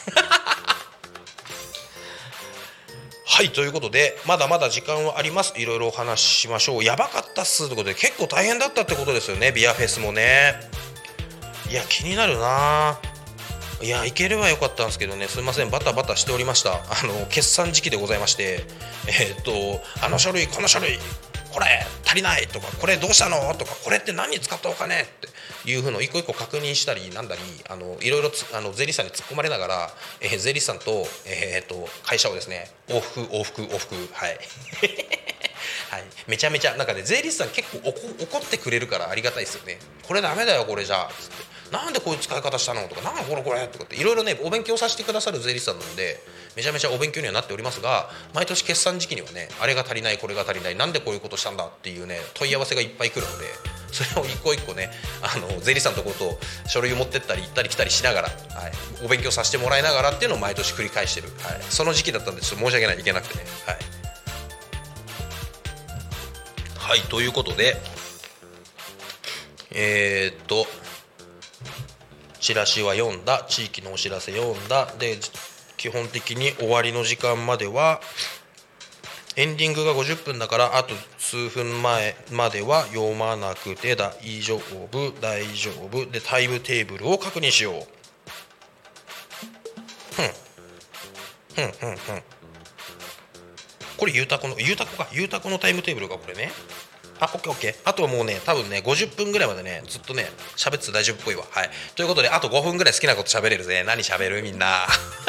はいということでまだまだ時間はあります。いろいろお話ししましょう。やばかったっすということで結構大変だったってことですよね。ビアフェスもねいや気になるないや行ければよかったんですけどねすいませんバタバタしておりました。あの決算時期でございましてえー、っとあの書類この書類これ足りないとかこれどうしたのとかこれって何に使ったお金っていうふうの一個一個確認したりなんだりあのいろいろつあの税理士さんに突っ込まれながら、えー、税理士さんと,、えー、っと会社をですね往復往復往復はいはい、めちゃめちゃなんかね税理士さん結構怒ってくれるからありがたいですよね。これダメだよこれじゃあつってなんでこういう使い方したのとかなんでこれこれとかっていろいろねお勉強させてくださる税理士さんなのでめちゃめちゃお勉強にはなっておりますが毎年決算時期にはねあれが足りないこれが足りないなんでこういうことしたんだっていうね問い合わせがいっぱい来るのでそれを一個一個ねあの税理士さんのとこと書類を持ってったり行ったり来たりしながら、はい、お勉強させてもらいながらっていうのを毎年繰り返してる、はい、その時期だったんでちょっと申し訳ないいけなくてねはいはい、ということでえー、っとチラシは読んだ地域のお知らせ読んだで基本的に終わりの時間まではエンディングがごじゅっぷんだからあと数分前までは読まなくて大丈夫大丈夫でタイムテーブルを確認しよう。ふんふんふんふんこれゆうたこのゆうたこかゆうたこのタイムテーブルがこれね。あ、オッケーオッケー。あとはもうね多分ねごじゅっぷんぐらいまでねずっとね喋って大丈夫っぽいわ。はい、ということであとごふんぐらい好きなこと喋れるぜ。何喋るみんな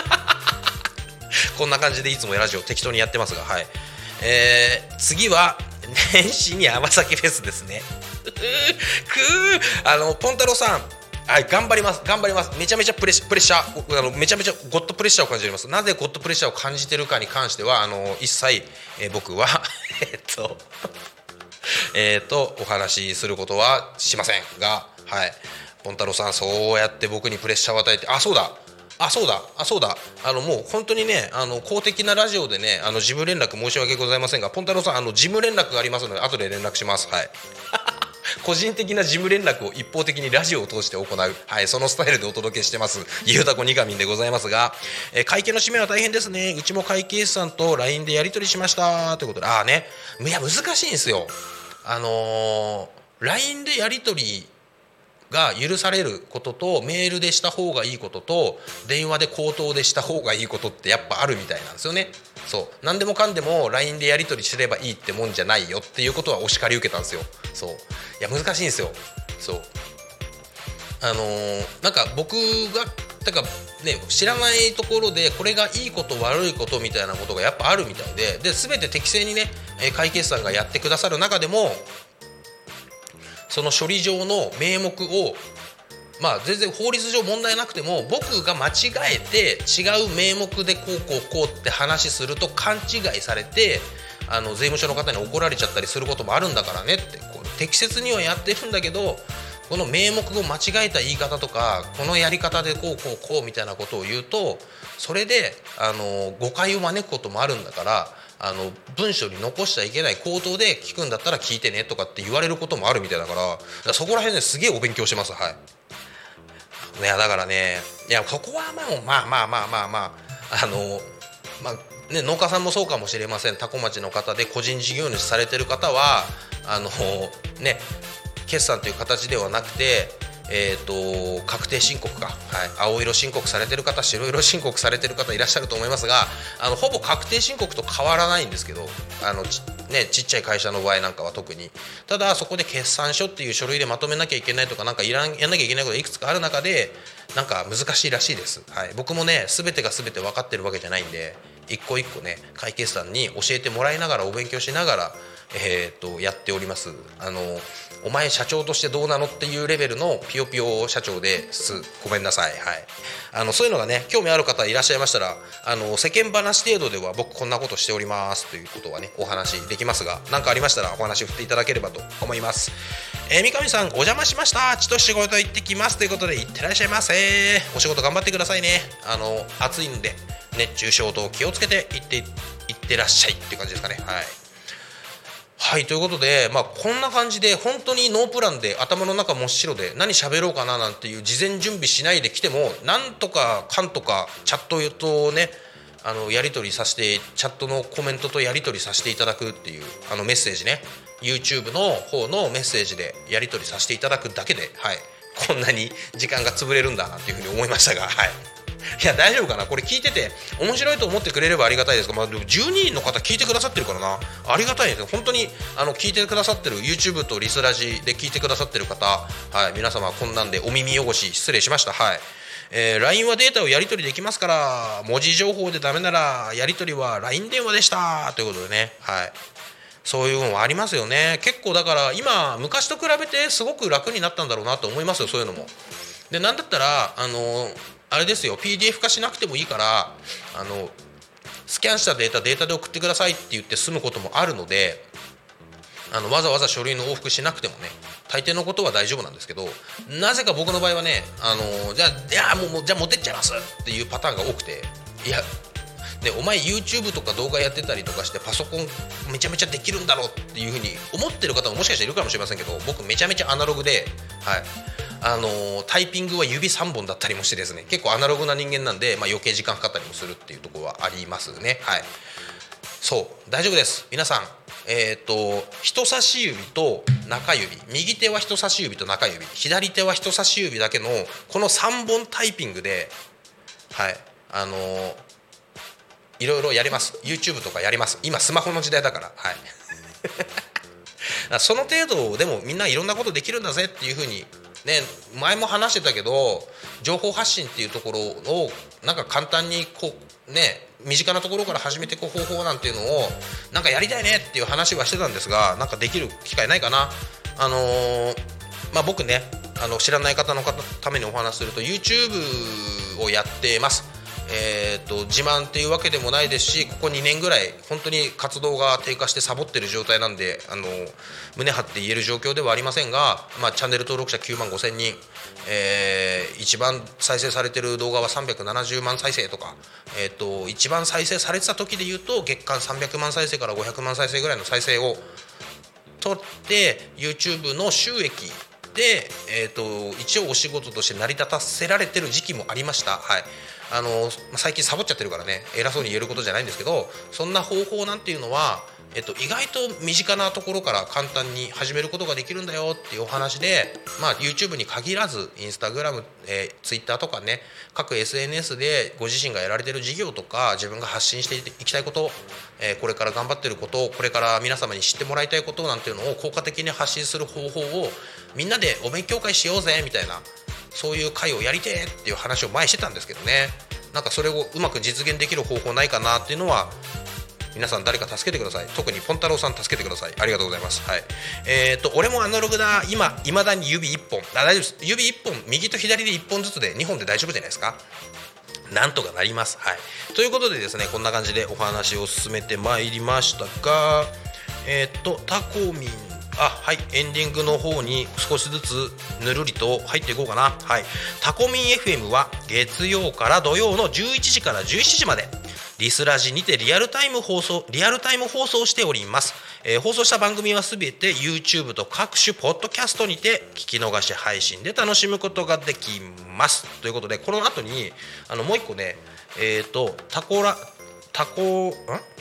こんな感じでいつもラジオ適当にやってますが、はい、えー、次は年始に甘酒フェスですねくーあのポンタロウさん、はい、頑張ります頑張ります。めちゃめちゃプレッシプレッシャーあのめちゃめちゃゴッドプレッシャーを感じております。なぜゴッドプレッシャーを感じているかに関してはあの一切、えー、僕はえっとえーとお話しすることはしませんが、はい、ポンタロウさんそうやって僕にプレッシャーを与えて、あそうだあそうだあそうだあのもう本当にねあの公的なラジオでねあの事務連絡申し訳ございませんが、ポンタロウさんあの事務連絡がありますので後で連絡します。はい個人的な事務連絡を一方的にラジオを通して行う、はい、そのスタイルでお届けしてますゆうたこにかみんでございますが、えー、会計の締めは大変ですね。うちも会計士さんと ライン でやり取りしましたということで、ああねいや難しいんですよ。あのー、ライン でやり取りが許されることとメールでした方がいいことと電話で口頭でした方がいいことってやっぱあるみたいなんですよね。そう何でもかんでも ライン でやり取りすればいいってもんじゃないよっていうことはお叱り受けたんですよ。そういや難しいんですよ。そうあのー、なんか僕がだからね知らないところでこれがいいこと悪いことみたいなことがやっぱあるみたいで、で全て適正にね会計士さんがやってくださる中でもその処理上の名目をまあ全然法律上問題なくても僕が間違えて違う名目でこうこうこうって話すると勘違いされてあの税務署の方に怒られちゃったりすることもあるんだからねって、こう適切にはやってるんだけどこの名目を間違えた言い方とかこのやり方でこうこうこうみたいなことを言うとそれであの誤解を招くこともあるんだからあの文章に残しちゃいけない口頭で聞くんだったら聞いてねとかって言われることもあるみたいだから、だからそこら辺ですげえお勉強してます。はいいやだからねいやここはまあまあまあまあまあまああのまあね農家さんもそうかもしれません。多古町の方で個人事業主されてる方はあのね決算という形ではなくてえー、と確定申告か、はい、青色申告されてる方白色申告されてる方いらっしゃると思いますがあのほぼ確定申告と変わらないんですけどあの ち,、ね、ちっちゃい会社の場合なんかは特にただそこで決算書っていう書類でまとめなきゃいけないとかなんかいらんやんなきゃいけないことがいくつかある中でなんか難しいらしいです、はい、僕もね全てが全て分かってるわけじゃないんで一個一個ね会計士さんに教えてもらいながらお勉強しながら、えー、とやっております。あのお前社長としてどうなのっていうレベルのピヨピヨ社長ですごめんなさい、はい、あのそういうのがね興味ある方いらっしゃいましたらあの世間話程度では僕こんなことしておりますということはねお話できますが何かありましたらお話振っていただければと思います。えー、三上さんお邪魔しました。ちと仕事行ってきますということでいってらっしゃいませ。お仕事頑張ってくださいね。あの暑いんで熱中症と気をつけて行っていってらっしゃいっていう感じですかね。はいはいということで、まあ、こんな感じで本当にノープランで頭の中真っ白で何喋ろうかななんていう事前準備しないで来てもなんとかかんとかチャットとねあのやり取りさせてチャットのコメントとやり取りさせていただくっていうあのメッセージね YouTube の方のメッセージでやり取りさせていただくだけで、はい、こんなに時間が潰れるんだなっていうふうに思いましたが、はいいや大丈夫かなこれ聞いてて面白いと思ってくれればありがたいですが、まあ、でもじゅうににんの方聞いてくださってるからなありがたいです本当にあの聞いてくださってる YouTube とリスラジで聞いてくださってる方、はい、皆様こんなんでお耳汚し失礼しました。はいえー、ライン はデータをやり取りできますから文字情報でダメならやり取りは ライン 電話でしたということでね、はい、そういうのもありますよね。結構だから今昔と比べてすごく楽になったんだろうなと思いますよ。そういうのもでなんだったらあのあれですよ ピーディーエフ 化しなくてもいいからあのスキャンしたデータデータで送ってくださいって言って済むこともあるのであのわざわざ書類の往復しなくてもね大抵のことは大丈夫なんですけどなぜか僕の場合はねあのじゃあいやもうじゃあ持ってっちゃいますっていうパターンが多くていやでお前 YouTube とか動画やってたりとかしてパソコンめちゃめちゃできるんだろうっていう風に思ってる方ももしかしたらいるかもしれませんけど、僕めちゃめちゃアナログで、はいあのー、タイピングは指さんぼんだったりもしてですね、結構アナログな人間なんで、まあ、余計時間かかったりもするっていうところはありますね。はい、そう大丈夫です皆さん。えーと人差し指と中指、右手は人差し指と中指、左手は人差し指だけのこのさんぼんタイピングで、はいあのー、いろいろやります。 YouTube とかやります。今スマホの時代だから、はいその程度でもみんないろんなことできるんだぜっていう風にね、前も話してたけど、情報発信っていうところをなんか簡単にこうね、身近なところから始めていく方法なんていうのをなんかやりたいねっていう話はしてたんですが、なんかできる機会ないかな。あのー、まあ僕ね、あの知らない方の方ためにお話しすると YouTube をやってます。えー、と自慢っていうわけでもないですし、ここにねんぐらい本当に活動が低下してサボってる状態なんで、あの胸張って言える状況ではありませんが、まあ、チャンネル登録者きゅうまんごせんにん、えー、一番再生されてる動画はさんびゃくななじゅうまん再生とか、えー、と一番再生されてた時でいうと月間さんびゃくまん再生からごひゃくまん再生ぐらいの再生を取って YouTube の収益で、えー、と一応お仕事として成り立たせられてる時期もありました。はい、あの最近サボっちゃってるからね、偉そうに言えることじゃないんですけど、そんな方法なんていうのは、えっと、意外と身近なところから簡単に始めることができるんだよっていうお話で、まあ、YouTube に限らずインスタグラム、えー、Twitter とかね、各 エスエヌエス でご自身がやられてる事業とか自分が発信していきたいこと、えー、これから頑張ってること、これから皆様に知ってもらいたいことなんていうのを効果的に発信する方法をみんなでお勉強会しようぜみたいな、そういう会をやりてーっていう話を前してたんですけどね、なんかそれをうまく実現できる方法ないかなっていうのは、皆さん誰か助けてください。特にポンタロウさん助けてください。ありがとうございます。はい、えーと俺もアナログだ。今いまだに指いっぽん、あ大丈夫です。指いっぽん、右と左でいっぽんずつでにほんで大丈夫じゃないですか。なんとかなります。はい、ということでですね、こんな感じでお話を進めてまいりましたが、えーとタコミンあはいエンディングの方に少しずつぬるりと入っていこうかな。はい、タコミン エフエム は月曜から土曜のじゅういちじからじゅうしちじまでリスラジにてリアルタイム放送リアルタイム放送しております。えー、放送した番組はすべて YouTube と各種ポッドキャストにて聞き逃し配信で楽しむことができますということで、この後にあのもう一個ね、えっ、ー、とタコラタコん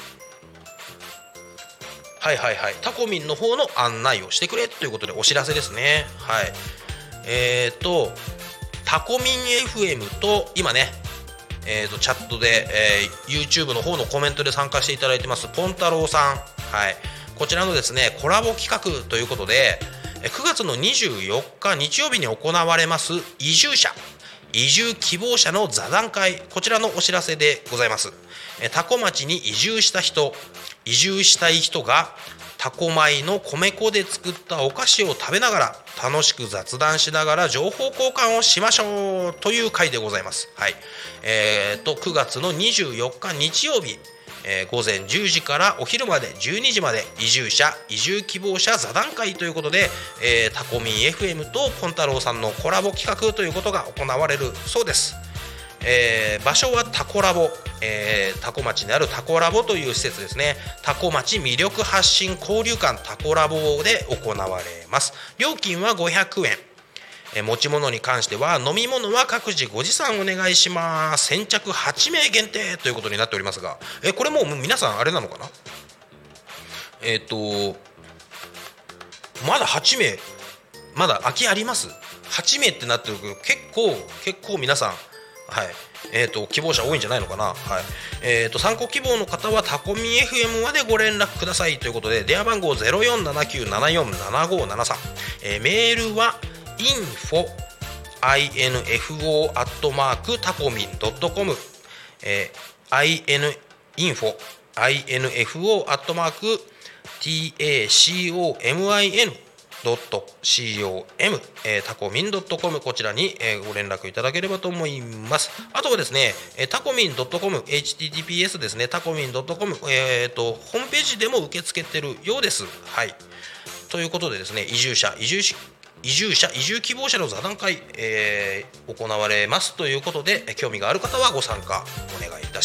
はいはいはいタコミンの方の案内をしてくれということでお知らせですね。はいえっ、ー、とタコミン エフエム と今ねえー、とチャットで、えー、YouTube の方のコメントで参加していただいてますポンタロウさん、はい、こちらのですねコラボ企画ということでくがつのにじゅうよっか日曜日に行われます移住者移住希望者の座談会、こちらのお知らせでございます。タコ町に移住した人、移住したい人がタコ米の米粉で作ったお菓子を食べながら楽しく雑談しながら情報交換をしましょうという回でございます。はいえー、とくがつのにじゅうよっか日曜日、えー、午前じゅうじからお昼までじゅうにじまで移住者移住希望者座談会ということで、えー、タコミン エフエム とポンタロウさんのコラボ企画ということが行われるそうです。えー、場所はタコラボ、えー、タコ町にあるタコラボという施設ですね。タコ町魅力発信交流館タコラボで行われます。料金はごひゃくえん、えー、持ち物に関しては飲み物は各自ご持参お願いします。先着はちめい限定ということになっておりますが、えー、これもう皆さんあれなのかな、えっ、ー、とまだはちめいまだ空きあります。はちめいってなってるけど結構結構皆さんはいえー、と希望者多いんじゃないのかな。はいえー、と参考希望の方はタコミン エフエム までご連絡くださいということで、電話番号 ゼロよんななきゅうななよんななごななさん、えー、メールは インフォ アイエヌエフオー アットマークタコミン ドットコム、えー、in インフォ アイエヌエフオー アットマーク タコミンドットコム、えー、タコミンドットコム、こちらに、えー、ご連絡いただければと思います。あとはですね、えー、タコミンドットコム エイチティーティーピーエス ですね、タコミンドットコム、えー、とホームページでも受け付けてるようです。はい、ということでですね、移住者移住し移住者移住希望者の座談会、えー、行われますということで、興味がある方はご参加お願いいたします。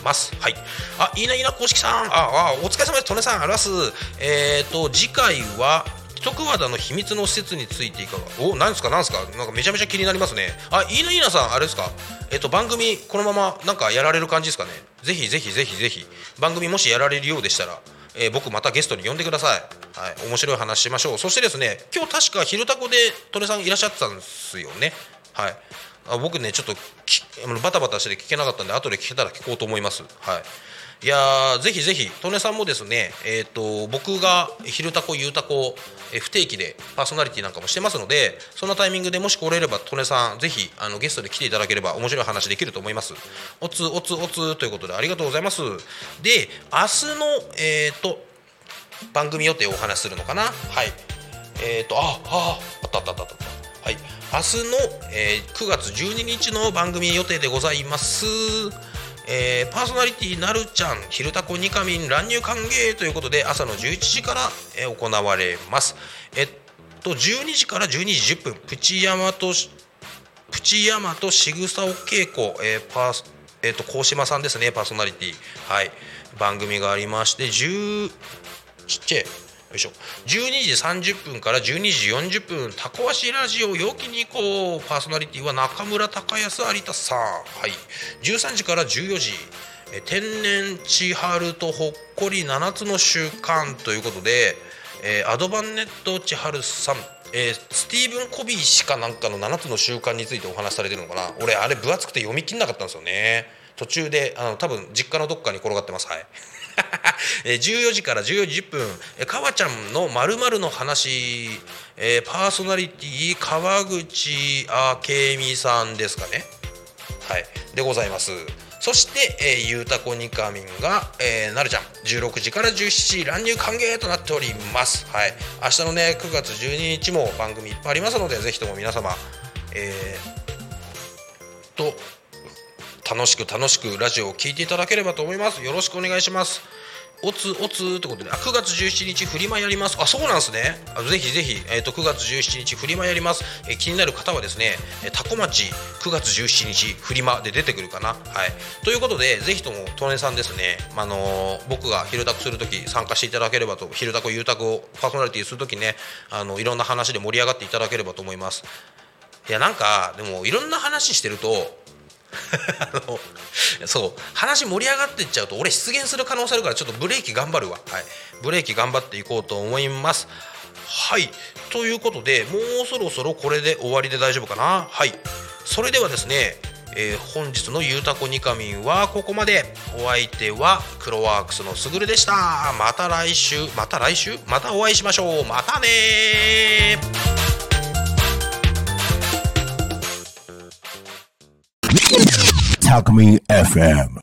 ます。はい。あ、いいないいな公式さん、ああ、お疲れ様です。トネさん、あります。えっ、ー、と次回は徳和田の秘密の施設についていかが。お、なんですかなんですか。なんかめちゃめちゃ気になりますね。あ、いいないいなさん、あれですか。えっ、ー、と番組このままなんかやられる感じですかね。ぜひぜひぜひぜひ番組もしやられるようでしたら。えー、僕またゲストに呼んでください。はい、面白い話しましょう。そしてですね、今日確か昼タコでトネさんいらっしゃってたんですよね。はい。あ、僕ねちょっとバタバタして聞けなかったんで後で聞けたら聞こうと思います。はい。いやー、ぜひぜひトネさんもですね、えー、と僕が昼タコゆうタコ、えー、不定期でパーソナリティなんかもしてますので、そのタイミングでもし来れればトネさんぜひあのゲストで来ていただければ面白い話できると思います。おつおつおつということでありがとうございます。で、明日のえっ、ー、と番組予定をお話しするのかな。はい。えっ、ー、とあああったあったあったあった。はい。明日の、えー、くがつじゅうににちの番組予定でございます。えー、パーソナリティなるちゃん昼タコにかみん乱入歓迎ということで朝のじゅういちじから、えー、行われます。えっとじゅうにじからじゅうにじじゅっぷんプチヤマとプチヤマとしぐさお稽古、えーパーえー、と高島さんですね、パーソナリティ、はい、番組がありまして、じゅうちっちゃいよいしょじゅうにじさんじゅっぷんからじゅうにじよんじゅっぷんタコ足ラジオ陽気に行こう。パーソナリティは中村隆康有田さん、はい、じゅうさんじからじゅうよじえ天然千春とほっこりななつの習慣ということで、えー、アドバンネット千春さん、えー、スティーブン・コビー氏かなんかのななつの習慣についてお話しされてるのかな。俺あれ分厚くて読み切んなかったんですよね。途中であの多分実家のどっかに転がってます。はいじゅうよじからじゅうよじじゅっぷんかわちゃんの〇〇の話、えー、パーソナリティ川口明美さんですかね、はいでございます。そして、えー、ゆうたこにかみんが、えー、なるちゃんじゅうろくじからじゅうしちじ乱入歓迎となっております。はい、明日のねくがつじゅうににちも番組いっぱいありますので、ぜひとも皆様、えー、と楽しく楽しくラジオを聞いていただければと思います。よろしくお願いします。おつおつってことで、あくがつじゅうしちにちフリマやります。あ、そうなんですね。あぜひぜひ、えー、とくがつじゅうしちにちフリマやります。えー、気になる方はですね、タコ町くがつじゅうしちにちフリマで出てくるかな。はい。ということでぜひともトネさんですね、あのー、僕が昼タコするとき参加していただければと、昼タコゆうタコをパーソナリティするときね、あのいろんな話で盛り上がっていただければと思います。いやなんかでもいろんな話してるとあのそう話盛り上がっていっちゃうと俺出現する可能性あるから、ちょっとブレーキ頑張るわ。はい、ブレーキ頑張っていこうと思います。はい、ということでもうそろそろこれで終わりで大丈夫かな。はい、それではですね、えー、本日のゆうたこにかみんはここまで。お相手はクロワークスのすぐるでした。また来週また来週またお会いしましょう。またね。 タコミン エフエム